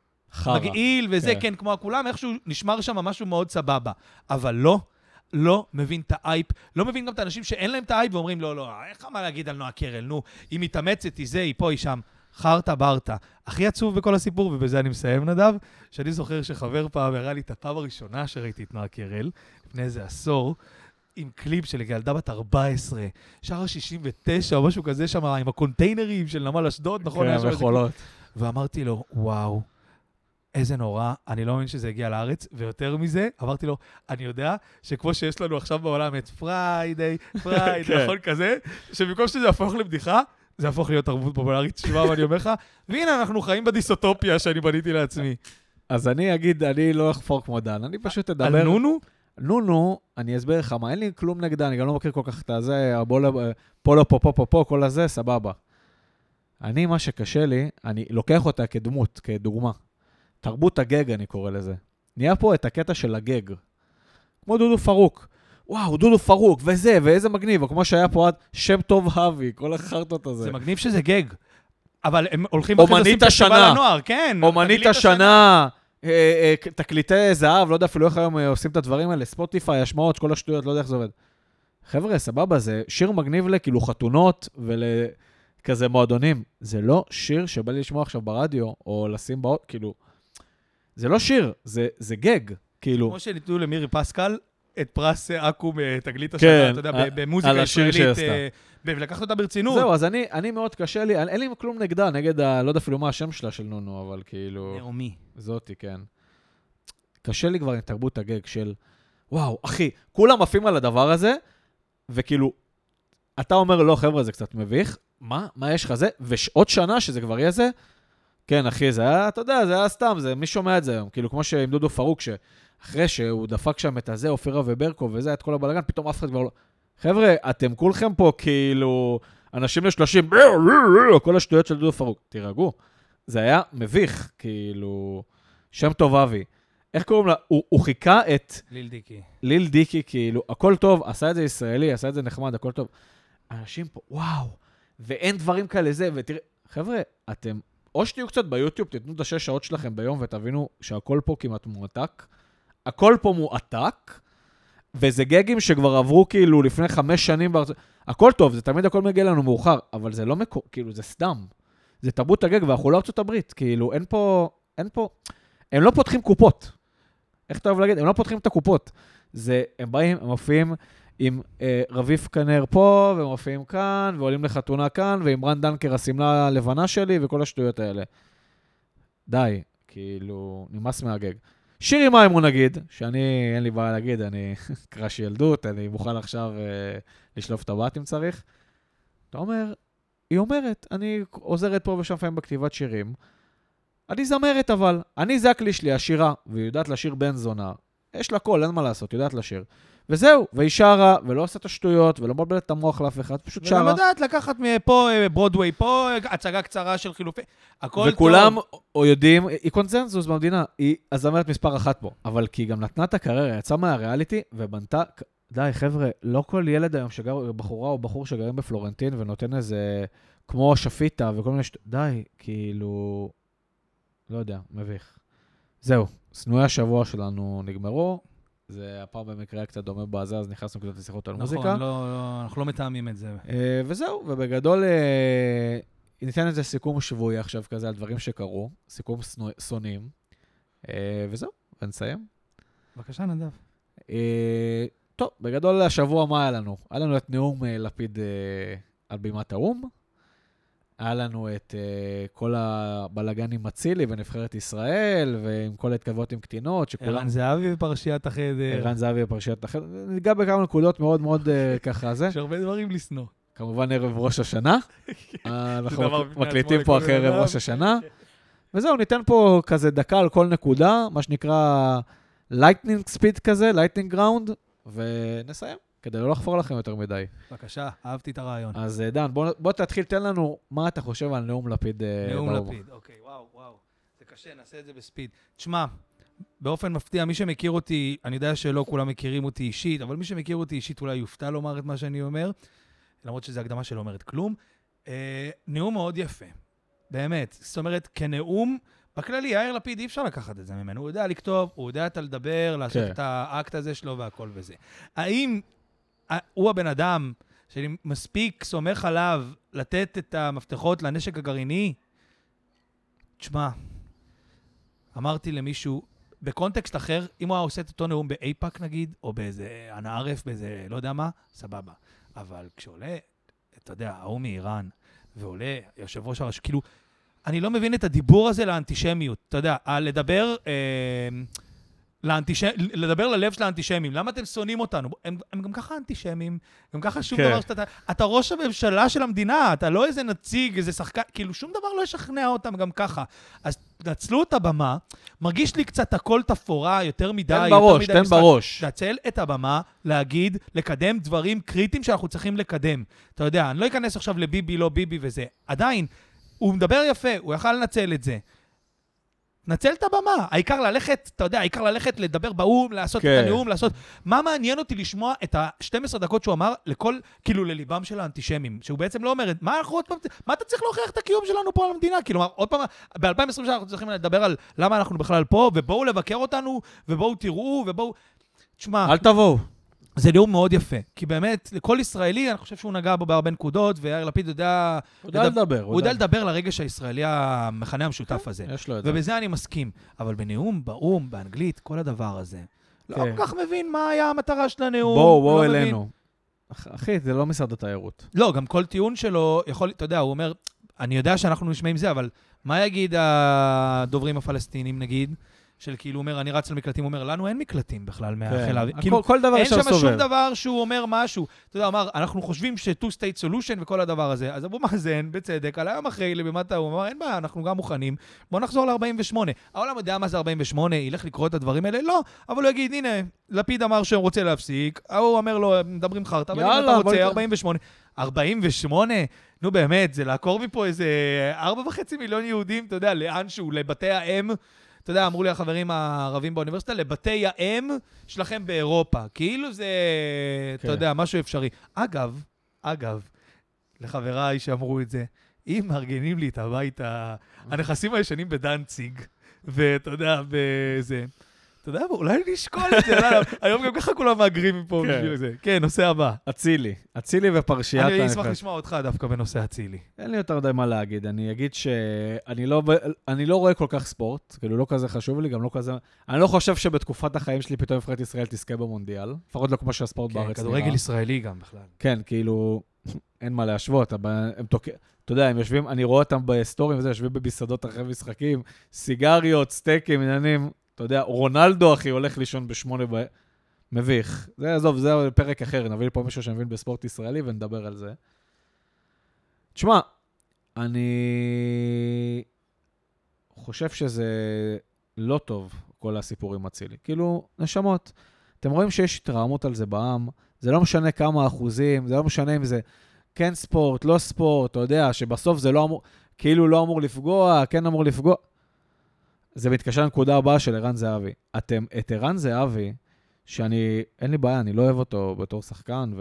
מגעיל וזה, כן, כמו כולם, איכשהו נשמר שם משהו מאוד סבבה. אבל לא מבין את האייפ, לא מבין גם את האנשים שאין להם את האייפ ואומרים, לא, איך מה להגיד על נועה קירל, נו, היא מתאמצת, היא זה, היא פה, היא שם. חרטה ברטה. הכי עצוב בכל הסיפור, ובזה אני מסיים נדב, שאני זוכר שחבר פעם הראה לי את הפעם הראשונה שראיתי את נועה קירל, לפני איזה עשור, עם קליפ של ילדה בת 14, שער 69 או משהו כזה שם, עם הקונטיינרים של נמל אשדוד, נכון? כן, וחולות. ואמרתי לו, וואו, איזה נורא, אני לא מבין שזה הגיע לארץ, ויותר מזה, אמרתי לו, אני יודע שכמו שיש לנו עכשיו בעולם את פריידי, נכון כזה, שבמקום שזה יהפוך לבדיחה, זה יהפוך להיות תרבות פופולרית, תשמע מה אני אומר לך, והנה אנחנו חיים בדיסוטופיה שאני בניתי לעצמי. אז אני אגיד, אני לא אחפור כמו דן, אני פשוט אדבר... על נונו? נונו, אני אסביר לך מה, אין לי כלום נגדה, אני גם לא מכיר כל כך את הזה, פולו פה, כל הזה, סבבה. אני, מה שקשה לי, אני לוקח אותה כדמות, כדוגמה. תרבות הגג, אני קורא לזה. נהיה פה את הקטע של הגג. כמו דודו פרוק. וואו, דודו פרוק, וזה, ואיזה מגניב, כמו שהיה פה עד שם טוב הווי, כל החרטות הזה. זה מגניב שזה גג. אבל הם הולכים אחרי לשים פסטיבל לנוער, כן. אומנית השנה, תקליטי זהב, לא יודע אפילו איך היום עושים את הדברים האלה, ספוטיפיי, השמעות, כל השטויות, לא יודע איך זה עובד. חבר'ה, סבבה, זה שיר מגניב לכאילו חתונות ולכזה מועדונים. זה לא שיר שבא לי לשמוע עכשיו ברדיו, או לשים באות, כאילו, זה לא שיר, זה גג, כאילו. כמו שניתנו למירי פסקל, את פרס אקו מתגלית השנה, אתה יודע, במוזיקה ישראלית, ולקחת אותה ברצינות. זהו, אז אני מאוד קשה לי, אין לי כלום נגדה, נגד, לא יודע אפילו מה השם שלה של נונו, אבל כאילו... נעמי. זאתי, כן. קשה לי כבר עם תרבות הגג של, וואו, אחי, כולם עפים על הדבר הזה, וכאילו, אתה אומר, לא, חבר'ה, זה קצת מביך, מה יש לך זה? ועוד שנה שזה כבר יהיה זה, כן, אחי, זה היה, אתה יודע, זה היה סתם, מי שומע את זה היום? כאילו, כמו שעם דודו פרוק, אחרי שהוא דפק שם את הזה, אופירה וברקו, וזה, את כל הבלגן, פתאום אף אחד כבר לא... חבר'ה, אתם כולכם פה כאילו אנשים ל-30, כל השטויות של דודו פרוק. תירגעו. זה היה מביך, כאילו... שם טוב אבי. איך קוראים לה? הוא חיכה את... ליל דיקי, כאילו, הכל טוב, עשה את זה ישראלי, עשה את זה נחמד, הכל טוב. אנשים פה, וואו, ואין דברים כאלה זה, ותראה... חבר'ה, אתם... או שתהיו קצת ביוטיוב, תתנו את 6 שעות שלכם ביום, ותבינו שהכל פה כמעט מועתק. הכל פה מועתק, וזה גגים שכבר עברו כאילו לפני 5 שנים בארצות... הכל טוב, זה תמיד הכל מגיע לנו מאוחר, אבל זה לא כאילו, זה סתם. זה תרבות הגג, ואנחנו לא ארצות הברית, כאילו, אין פה... הם לא פותחים קופות. איך אתה אוהב להגיד? הם לא פותחים את הקופות. הם באים, הם מופיעים עם רביף כנר פה, והם מופיעים כאן, ועולים לחתונה כאן, ועם רן דנקר הסמלה הלבנה שלי, וכל השטויות האלה. די, כאילו, נמאס מהגג. שירי מיימון נגיד, שאני, אין לי בעיה להגיד, אני קראש ילדות, אני מוכן עכשיו לשלוף את הבת אם צריך. אתה אומר, היא אומרת, אני עוזרת פה ושם פעמים בכתיבת שירים, אני זמרת אבל, אני זה הכלי שלי, השירה, והיא יודעת לשיר בן זונה, יש לה קול, אין מה לעשות, יודעת לשיר. וזהו, והיא שרה, ולא עושה את השטויות, ולא מבלבלת את המוח לאף אחד, פשוט שרה. וגם יודעת לקחת מפה ברודווי, פה הצגה קצרה של חילופי, הכל טוב. וכולם יודעים, היא קונצנזוס במדינה, היא הזמרת מספר אחת פה, אבל כי היא גם נתנה את הקריירה, יצאה מהריאליטי, ובנתה, די חבר'ה, לא כל ילד היום שגר, בחורה או בחור שגרים בפלורנטין, ונותן איזה, כמו שפיטה וכל מיני די, כאילו, לא יודע, מביך. זהו, סנועי השבוע שלנו נגמרו, זה הפעם במקרה קצת דומה בזה, אז נכנסנו קצת לשיחות על מוזיקה. נכון, אנחנו לא מתאמים את זה. וזהו, ובגדול ניתן איזה סיכום שבועי עכשיו כזה על דברים שקרו, סיכום סונים, וזהו, ונסיים. בבקשה, נדב. טוב, בגדול השבוע מה היה לנו? היה לנו את נאום לפיד על בימת האום, היה לנו את כל הבלגן עם אצילי ונבחרת ישראל, ועם כל ההתכתבויות עם קטינות, שכולם... ערן זהבי בפרשיית החדר. ערן זהבי בפרשיית החדר. ניגע בכמה נקודות מאוד מאוד ככה זה. יש הרבה דברים לשנוא. כמובן ערב ראש השנה. אנחנו מקליטים פה אחרי ערב ראש השנה. וזהו, ניתן פה כזה דקה על כל נקודה, מה שנקרא lightning speed כזה, lightning ground, ונסיים. כדי לא לחפור לכם יותר מדי. בבקשה, אהבתי את הרעיון. אז דן, בוא תתחיל, תן לנו מה אתה חושב על נאום לפיד. נאום לפיד, אוקיי, וואו. זה קשה, נעשה את זה בספיד. תשמע, באופן מפתיע, מי שמכיר אותי, אני יודע שלא כולם מכירים אותי אישית, אבל מי שמכיר אותי אישית אולי יופתע לומר את מה שאני אומר, למרות שזו הקדמה שלא אומרת כלום. נאום מאוד יפה, באמת. זאת אומרת, כנאום, בכללי, יאיר לפיד אי אפשר לקחת את זה ממנו. הוא יודע לכתוב, הוא יודע לדבר, לעשות את האקט הזה שלו והכל וזה. האם הוא הבן אדם שאני מספיק סומך עליו לתת את המפתחות לנשק הגרעיני? תשמע, אמרתי למישהו, בקונטקסט אחר, אם הוא היה עושה את אותו נאום באיפאק נגיד, או באיזה ענערף, באיזה לא יודע מה, סבבה. אבל כשעולה, אתה יודע, ההוא מאיראן, ועולה יושב ראש הרש, כאילו, אני לא מבין את הדיבור הזה לאנטישמיות. אתה יודע, לדבר ללב של האנטישמים. למה אתם שונאים אותנו? הם גם ככה אנטישמים, גם ככה שום דבר שאתה... אתה ראש הממשלה של המדינה, אתה לא איזה נציג, איזה שחקן, כאילו שום דבר לא ישכנע אותם גם ככה. אז נצלו את הבמה, מרגיש לי קצת הכל תפורה, יותר מדי, תן בראש. נצל את הבמה, להגיד, לקדם דברים קריטיים שאנחנו צריכים לקדם. אתה יודע, אני לא אכנס עכשיו לביבי, לא ביבי וזה. עדיין, הוא מדבר יפה, הוא יכל לנצל את זה. נצל את הבמה. העיקר ללכת, אתה יודע, העיקר ללכת לדבר באום, לעשות את הנאום, לעשות... מה מעניין אותי לשמוע את ה-12 דקות שהוא אמר לכל, כאילו, לליבם של האנטישמים, שהוא בעצם לא אומר, מה אנחנו עוד פעם... מה אתה צריך להוכיח את הקיום שלנו פה על המדינה? כאילו, עוד פעם, ב-2020 אנחנו צריכים לדבר על למה אנחנו בכלל פה, ובואו לבקר אותנו, ובואו תראו, ובואו... תשמע... אל תבואו. זה נאום מאוד יפה, כי באמת, לכל ישראלי, אני חושב שהוא נגע בו בהרבה נקודות, ויאיר לפיד יודע... הוא יודע לדבר. הוא יודע לדבר לרגש הישראלי המחנה המשותף הזה. יש לו את זה. ובזה אני מסכים. אבל בנאום, באום, באנגלית, כל הדבר הזה, לא כל כך מבין מה היה המטרה של הנאום. בואו אלינו. אחי, זה לא משרד התיירות. לא, גם כל טיעון שלו יכול, אתה יודע, הוא אומר, אני יודע שאנחנו נשמעים זה, אבל מה יגיד הדוברים הפלסטינים, נגיד? של כאילו אומר, אני רץ למקלטים, הוא אומר, לנו אין מקלטים בכלל מהחיל האוויר. כאילו, כל דבר אין אפשר שם סובב. שום דבר שהוא אומר משהו. אתה יודע, אמר, אנחנו חושבים ש-two-state solution וכל הדבר הזה. אז אבו מאזן, בצדק, על היום אחרי לבימת האום, אמר, אין בעיה, אנחנו גם מוכנים, בואו נחזור ל-48. העולם יודע מה זה 48, ילך לקרוא את הדברים האלה? לא, אבל הוא יגיד, הנה, לפיד אמר שהוא רוצה להפסיק, הוא אומר לו, מדברים חרטה, אבל אם אתה רוצה, 48. 48? נו באמת, זה לעקור מפה איזה 4.5 מיליון יהודים, אתה יודע, לאנשהו, לבתי האם, אתה יודע, אמרו לי החברים הערבים באוניברסיטה, לבתי האם שלכם באירופה. כאילו זה, אתה יודע, משהו אפשרי. אגב, לחבריי שאמרו את זה, אם מארגנים לי את הבית, הנכסים הישנים בדנציג, ואתה יודע, בזה... אתה יודע, אולי נשקול את זה, היום גם ככה כולם מאגרים מפה בשביל זה. כן, נושא הבא. אצילי ופרשיית... אני אשמח לשמוע אותך דווקא בנושא אצילי. אין לי יותר די מה להגיד, אני אגיד שאני לא רואה כל כך ספורט, כאילו לא כזה חשוב לי, גם לא כזה... אני לא חושב שבתקופת החיים שלי פתאום נבחרת ישראל תזכה במונדיאל, לפחות לא כמו שהספורט בארץ נראה. כן, כדורגל ישראלי גם בכלל. כן, כאילו, אין מה להשוות, אתה יודע, הם יושבים, אני רואה אותם בסטורים וזה, יושבים במסעדות אחרי משחקים, סיגריות, סטייקים, עניינים. אתה יודע, רונלדו, אחי, הולך לישון מביך. זה, עזוב, זה פרק אחר, נביא לי פה מישהו שמבין בספורט ישראלי ונדבר על זה. תשמע, אני חושב שזה לא טוב, כל הסיפורים אצילי. כאילו, נשמות, אתם רואים שיש התרעמות על זה בעם, זה לא משנה כמה אחוזים, זה לא משנה אם זה כן ספורט, לא ספורט, אתה יודע, שבסוף זה לא אמור, כאילו לא אמור לפגוע, כן אמור לפגוע. זה מתקשר לנקודה הבאה של ערן זהבי. את ערן זהבי, אין לי בעיה, אני לא אוהב אותו בתור שחקן,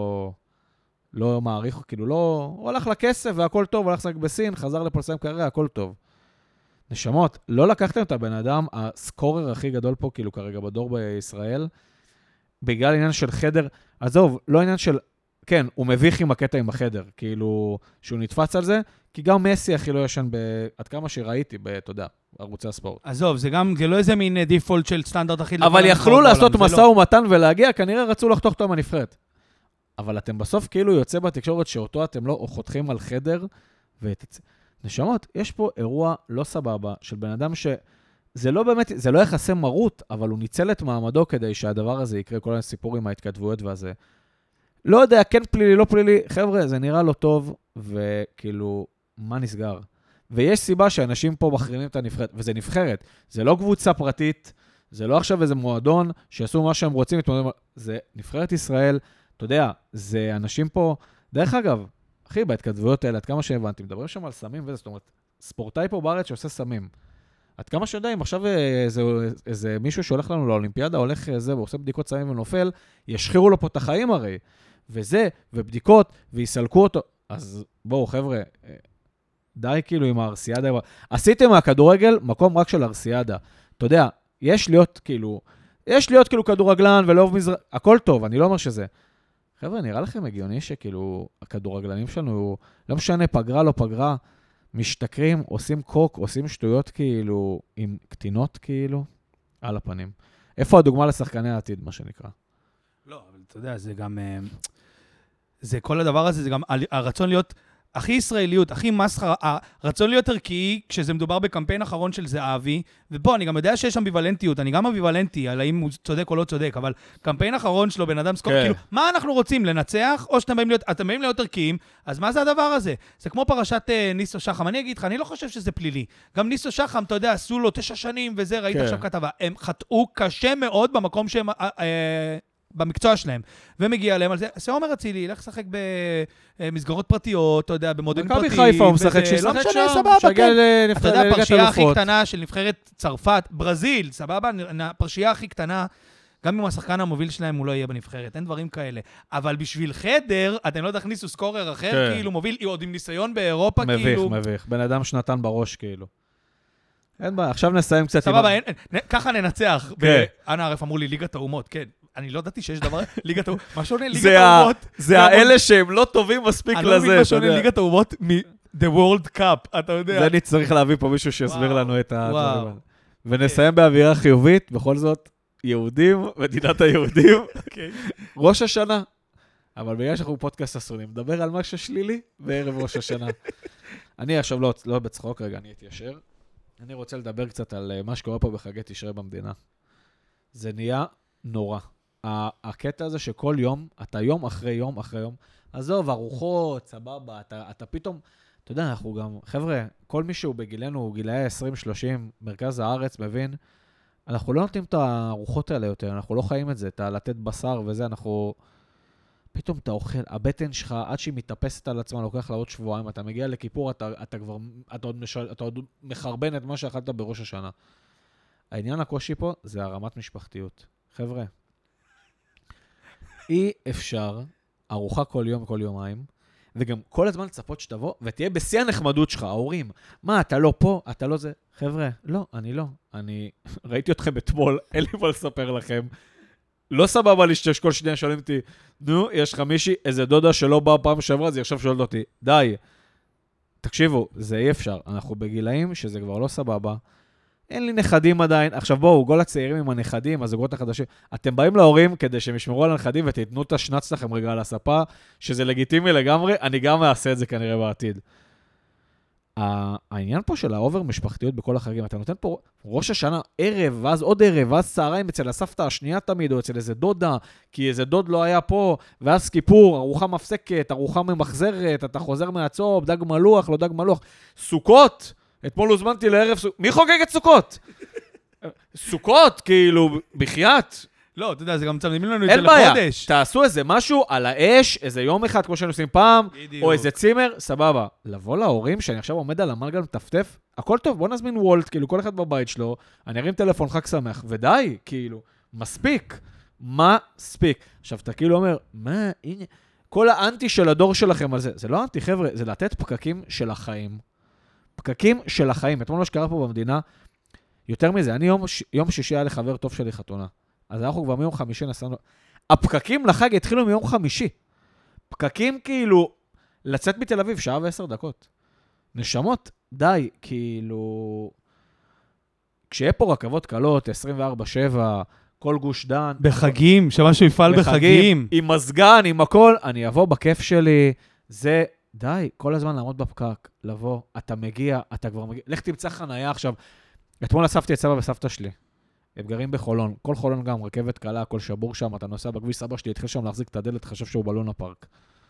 לא מעריך, כאילו לא, הוא הלך לכסף והכל טוב, הוא הלך לשחק בסין, חזר לפה לסיים קריירה, הכל טוב. נשמות, לא לקחתם את הבן אדם, הסקורר הכי גדול פה, כאילו כרגע בדור בישראל, בגלל עניין של חדר, עזוב, לא עניין של, כן, הוא מביך עם הקטע עם החדר, כאילו, שהוא נתפץ על זה, כי גם מסי הכי לא ישן עד כמה שראיתי, אתה יודע, ערוצי הספורט. עזוב, זה לא איזה מין דיפולט של סטנדרט הכי... אבל יכלו לעשות מסע ומתן ולהגיע, כנראה רצו לחתוך אותו מהנבחרת. אבל אתם בסוף כאילו יוצא בתקשורת שאותו אתם לא חותכים על חדר, נשמות, יש פה אירוע לא סבבה של בן אדם שזה לא באמת, זה לא יחסי מרות, אבל הוא ניצל את מעמדו כדי שהדבר הזה יקרה, כל הסיפור עם ההתכתבויות והזה. לא יודע, כן פלילי, לא פלילי, חבר'ה, זה נראה לא טוב, וכאילו, מה נסגר? ויש סיבה שאנשים פה מחרימים את הנבחרת, וזה נבחרת, זה לא קבוצה פרטית, זה לא עכשיו איזה מועדון שיעשו מה שהם רוצים, זה נבחרת ישראל, אתה יודע, זה אנשים פה, דרך אגב, אחי, בהתכתבויות האלה, עד כמה שהבנתי, מדברים שם על סמים וזה, זאת אומרת, ספורטאי פה בארץ שעושה סמים. עד כמה שיודעים, עכשיו איזה מישהו שהולך לנו לאולימפיאדה, הולך זה, ועושה בדיקות סמים ונופל, ישחירו לו פה את החיים הרי. וזה, ובדיקות, ויסלקו אותו. אז בואו, חבר'ה, די כאילו עם הארסיאדה. עשיתם מהכדורגל מקום רק של ארסיאדה. אתה יודע, יש להיות כאילו כדורגלן ולאהוב מזרח, הכל טוב, אני לא אומר שזה. חבר'ה, נראה לכם הגיוני שכאילו הכדורגלנים שלנו, לא משנה פגרה, לא פגרה, משתכרים, עושים קוק, עושים שטויות כאילו, עם קטינות כאילו, על הפנים. איפה הדוגמה לשחקני העתיד, מה שנקרא? לא, אבל אתה יודע, זה גם, זה כל הדבר הזה, זה גם הרצון להיות הכי ישראליות, הכי מסחרה, הרצון להיות ערכי, כשזה מדובר בקמפיין אחרון של זהבי, ובוא, אני גם יודע שיש אמביוולנטיות, אני גם אמביוולנטי, על האם הוא צודק או לא צודק, אבל קמפיין אחרון שלו, בן אדם סקור, כאילו, מה אנחנו רוצים, לנצח, או שאתם באים להיות ערכיים, אז מה זה הדבר הזה? זה כמו פרשת ניסו שחם, אני אגיד לך, אני לא חושב שזה פלילי. גם ניסו שחם, אתה יודע, עשו לו 9 שנים, וזה, ראית עכשיו כתבה. הם חטאו קשה מאוד במקום שהם... במקצוע שלהם, ומגיע להם על זה, זה אומר אצילי, לך לשחק במסגרות פרטיות, אתה יודע, במודלים פרטיים. מכבי חיפה הוא משחק שישחק שם, שיגיע אתה יודע, הפרשייה הכי קטנה של נבחרת צרפת, ברזיל, סבבה, הפרשייה הכי קטנה, גם אם השחקן המוביל שלהם הוא לא יהיה בנבחרת, אין דברים כאלה. אבל בשביל חדר, אתם לא תכניסו סקורר אחר, כאילו מוביל, עוד עם ניסיון באירופה, כאילו... מביך, בן אדם שנתן בראש, כאילו. אין בעיה, עכשיו נסיים קצת... סבבה, ככה ננצח. אנה ערף אמרו לי, ליגת האומות, כן. אני לא ידעתי שיש דבר, ליגת האומות, מה שונה ליגת האומות? זה האלה שהם לא טובים מספיק לזה, אתה יודע. אני לא מבין מה שונה ליגת האומות מ-The World Cup, אתה יודע. זה אני צריך להביא פה מישהו שיסביר לנו את הדברים. ונסיים באווירה חיובית, בכל זאת, יהודים, מדינת היהודים, ראש השנה. אבל בגלל שאנחנו פודקאסט אסונים, נדבר על משהו שלילי בערב ראש השנה. אני עכשיו לא בצחוק, רגע, אני אתיישר. אני רוצה לדבר קצת על מה שקורה פה בחגי תשרי במדינה. זה נהיה נורא. הקטע הזה שכל יום, אתה יום אחרי יום אחרי יום, עזוב, ארוחות, סבבה, אתה פתאום, אתה יודע, אנחנו גם, חבר'ה, כל מי שהוא בגילנו, גילאי 20-30, מרכז הארץ, מבין, אנחנו לא נותנים את הארוחות האלה יותר, אנחנו לא חיים את זה, אתה לתת בשר וזה, אנחנו, פתאום אתה אוכל, הבטן שלך, עד שהיא מתאפסת על עצמה, לוקח לה עוד שבועיים, אתה מגיע לכיפור, אתה עוד מחרבן את מה שאכלת בראש השנה. העניין הקושי פה זה הרמת משפחתיות. חבר'ה, אי אפשר ארוחה כל יום, כל יומיים, וגם כל הזמן לצפות שתבוא, ותהיה בשיא הנחמדות שלך, ההורים. מה, אתה לא פה? אתה לא זה? חבר'ה, לא, אני לא. אני ראיתי אתכם אתמול, אין לי מה לספר לכם. לא סבבה לי שכל שנייה שואלים אותי, נו, יש לך מישהי, איזה דודה שלא באה פעם שעברה, אז היא עכשיו שואלת אותי, די. תקשיבו, זה אי אפשר. אנחנו בגילאים שזה כבר לא סבבה. אין לי נכדים עדיין. עכשיו בואו, כל הצעירים עם הנכדים, הזוגות החדשים, אתם באים להורים כדי שהם ישמרו על הנכדים ותתנו את השנץ לכם רגע על הספה, שזה לגיטימי לגמרי, אני גם אעשה את זה כנראה בעתיד. העניין פה של האובר משפחתיות בכל החגים, אתה נותן פה ראש השנה ערב, ואז עוד ערב, ואז צהריים אצל הסבתא השנייה תמיד, או אצל איזה דודה, כי איזה דוד לא היה פה, ואז כיפור, ארוחה מפסקת, ארוחה ממחזרת, אתה חוזר מהצום, דג מלוח, לא דג מלוח. סוכות, אתמול הוזמנתי לערב סוכות, מי חוגג את סוכות? סוכות, כאילו, בחייאת. לא, אתה יודע, זה גם מצלמים לנו את זה אין בעיה, לחודש. תעשו איזה משהו על האש, איזה יום אחד, כמו שהיינו עושים פעם, בדיוק. או איזה צימר, סבבה. לבוא להורים, שאני עכשיו עומד על המלגל מטפטף, הכל טוב, בוא נזמין וולט, כאילו, כל אחד בבית שלו, אני ארים טלפון חג שמח, ודי, כאילו, מספיק. מספיק. עכשיו, אתה כאילו אומר, מה, הנה, כל האנטי של הדור שלכם על זה, זה לא אנטי, חבר'ה, זה לתת פקקים של החיים. פקקים של החיים. אתמול מה שקרה פה במדינה, יותר מזה, אני יום שישי היה לחבר טוב שלי חתונה. אז אנחנו כבר מיום חמישי נסענו. הפקקים לחג התחילו מיום חמישי. פקקים כאילו, לצאת מתל אביב, 1:10. נשמות, די, כאילו... כשיהיה פה רכבות קלות, 24/7, כל גוש דן... בחגים, שמשהו יפעל בחגים. עם מזגן, עם הכל, אני אבוא בכיף שלי, זה... די, כל הזמן לעמוד בפקק, לבוא, אתה מגיע, אתה כבר מגיע... לך תמצא חנייה עכשיו. אתמול אספתי את סבא וסבתא שלי. הם גרים בחולון. כל חולון גם, רכבת קלה, הכל שבור שם, אתה נוסע בכביש, סבא שלי התחיל שם להחזיק את הדלת, חשב שהוא בלונה פארק.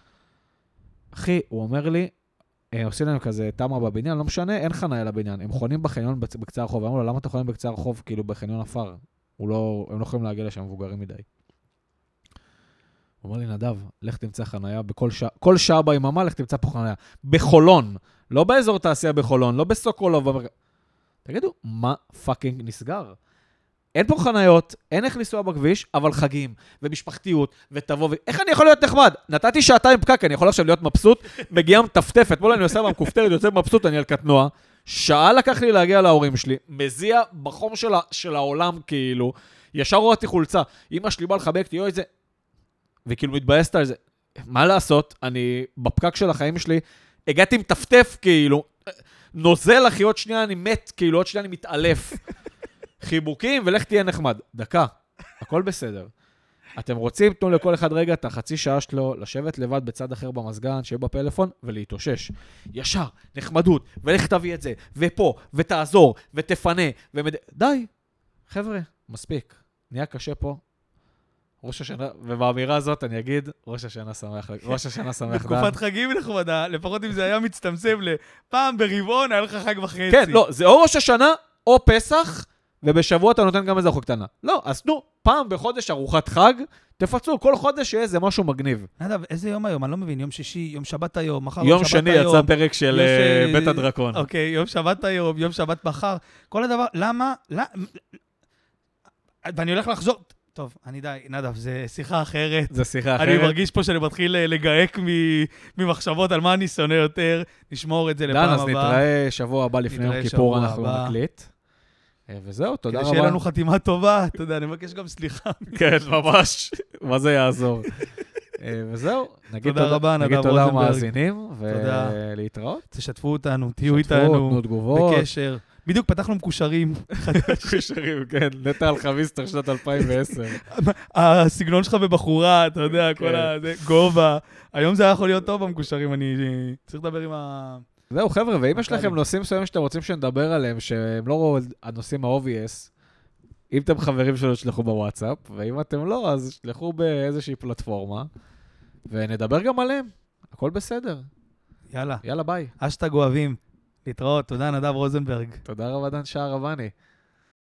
אחי, הוא אומר לי, עושים להם כזה תמה בבניין, לא משנה, אין חניה לבניין. הם חונים בחניון בקצה הרחוב. אמרו לו, למה אתה חונים בקצה הרחוב, כאילו בחניון אפר? הם לא יכולים להגיע לשם, מבוגרים מדי. הוא אומר לי, נדב, לך תמצא חניה, כל שעה ביממה, לך תמצא פה חניה. בחולון, לא באזור תעשייה בחולון, לא בסוקולוב. תגידו, מה פאקינג נסגר? אין פה חניות, אין איך לנסוע בכביש, אבל חגים, ומשפחתיות, ותבוא, איך אני יכול להיות נחמד? נתתי 2 שעתיים פקק, אני יכול עכשיו להיות מבסוט, מגיע מטפטף, אתמול אני עושה במכופתרת, יוצא מבסוט, אני על קטנוע, שעה לקח לי להגיע להורים שלי, מזיע בחום של העולם, כאילו, ישר רואה חולצה, אמא שלי באה לחבק, תהיו את זה, וכאילו מתבאסת על זה, מה לעשות? אני, בפקק של החיים שלי, הגעתי מטפטף, כאילו, נוזל, אחי, עוד שנייה אני מת, כאילו, עוד שנייה אני מתעלף. חיבוקים, ולך תהיה נחמד. דקה, הכל בסדר. אתם רוצים, תנו לכל אחד רגע את החצי שעה שלו, לשבת לבד בצד אחר במזגן, שיהיה בפלאפון, ולהתאושש. ישר, נחמדות, ולך תביא את זה, ופה, ותעזור, ותפנה, די, חבר'ה, מספיק. נהיה קשה פה. ראש השנה, ובאמירה הזאת אני אגיד, ראש השנה שמח, ראש השנה שמח. בתקופת חגים נחמדה, לפחות אם זה היה מצטמצם לפעם ברבעון, היה לך חג וחצי. כן, לא, זה או ראש השנה, או פסח, ובשבוע אתה נותן גם איזה ארוחה קטנה. לא, אז נו, פעם בחודש ארוחת חג, תפצו, כל חודש יהיה איזה משהו מגניב. נדב, איזה יום היום? אני לא מבין, יום שישי, יום שבת היום, מחר יום שני יצא פרק של בית הדרקון. אוקיי, יום שבת היום, יום שבת מחר, כל הדבר, למה? ואני הולך לחזור... טוב, אני די, נדב, זה שיחה אחרת. זה שיחה אחרת. אני מרגיש פה שאני מתחיל לגאק ממחשבות על מה אני שונא יותר, נשמור את זה לפעם הבאה. דן, אז נתראה שבוע הבא לפני יום כיפור, אנחנו נקליט. וזהו, תודה רבה. כדי שיהיה לנו חתימה טובה, אתה יודע, אני מבקש גם סליחה. כן, ממש, מה זה יעזור. וזהו, נגיד תודה למאזינים, ולהתראות. תשתפו אותנו, תהיו איתנו, תנו תגובות. בקשר. בדיוק פתחנו מקושרים. מקושרים, כן, נטע אלחמיסטר שנת 2010. הסגנון שלך בבחורה, אתה יודע, כל הזה, גובה. היום זה היה יכול להיות טוב במקושרים, אני צריך לדבר עם ה... זהו, חבר'ה, ואם יש לכם נושאים מסוימים שאתם רוצים שנדבר עליהם, שהם לא הנושאים ה-obvious, אם אתם חברים שלו, תשלחו בוואטסאפ, ואם אתם לא, אז תשלחו באיזושהי פלטפורמה, ונדבר גם עליהם. הכל בסדר. יאללה. יאללה, ביי. אשטג אוהבים. להתראות. תודה, נדב רוזנברג. תודה רבה, דן שער רבני.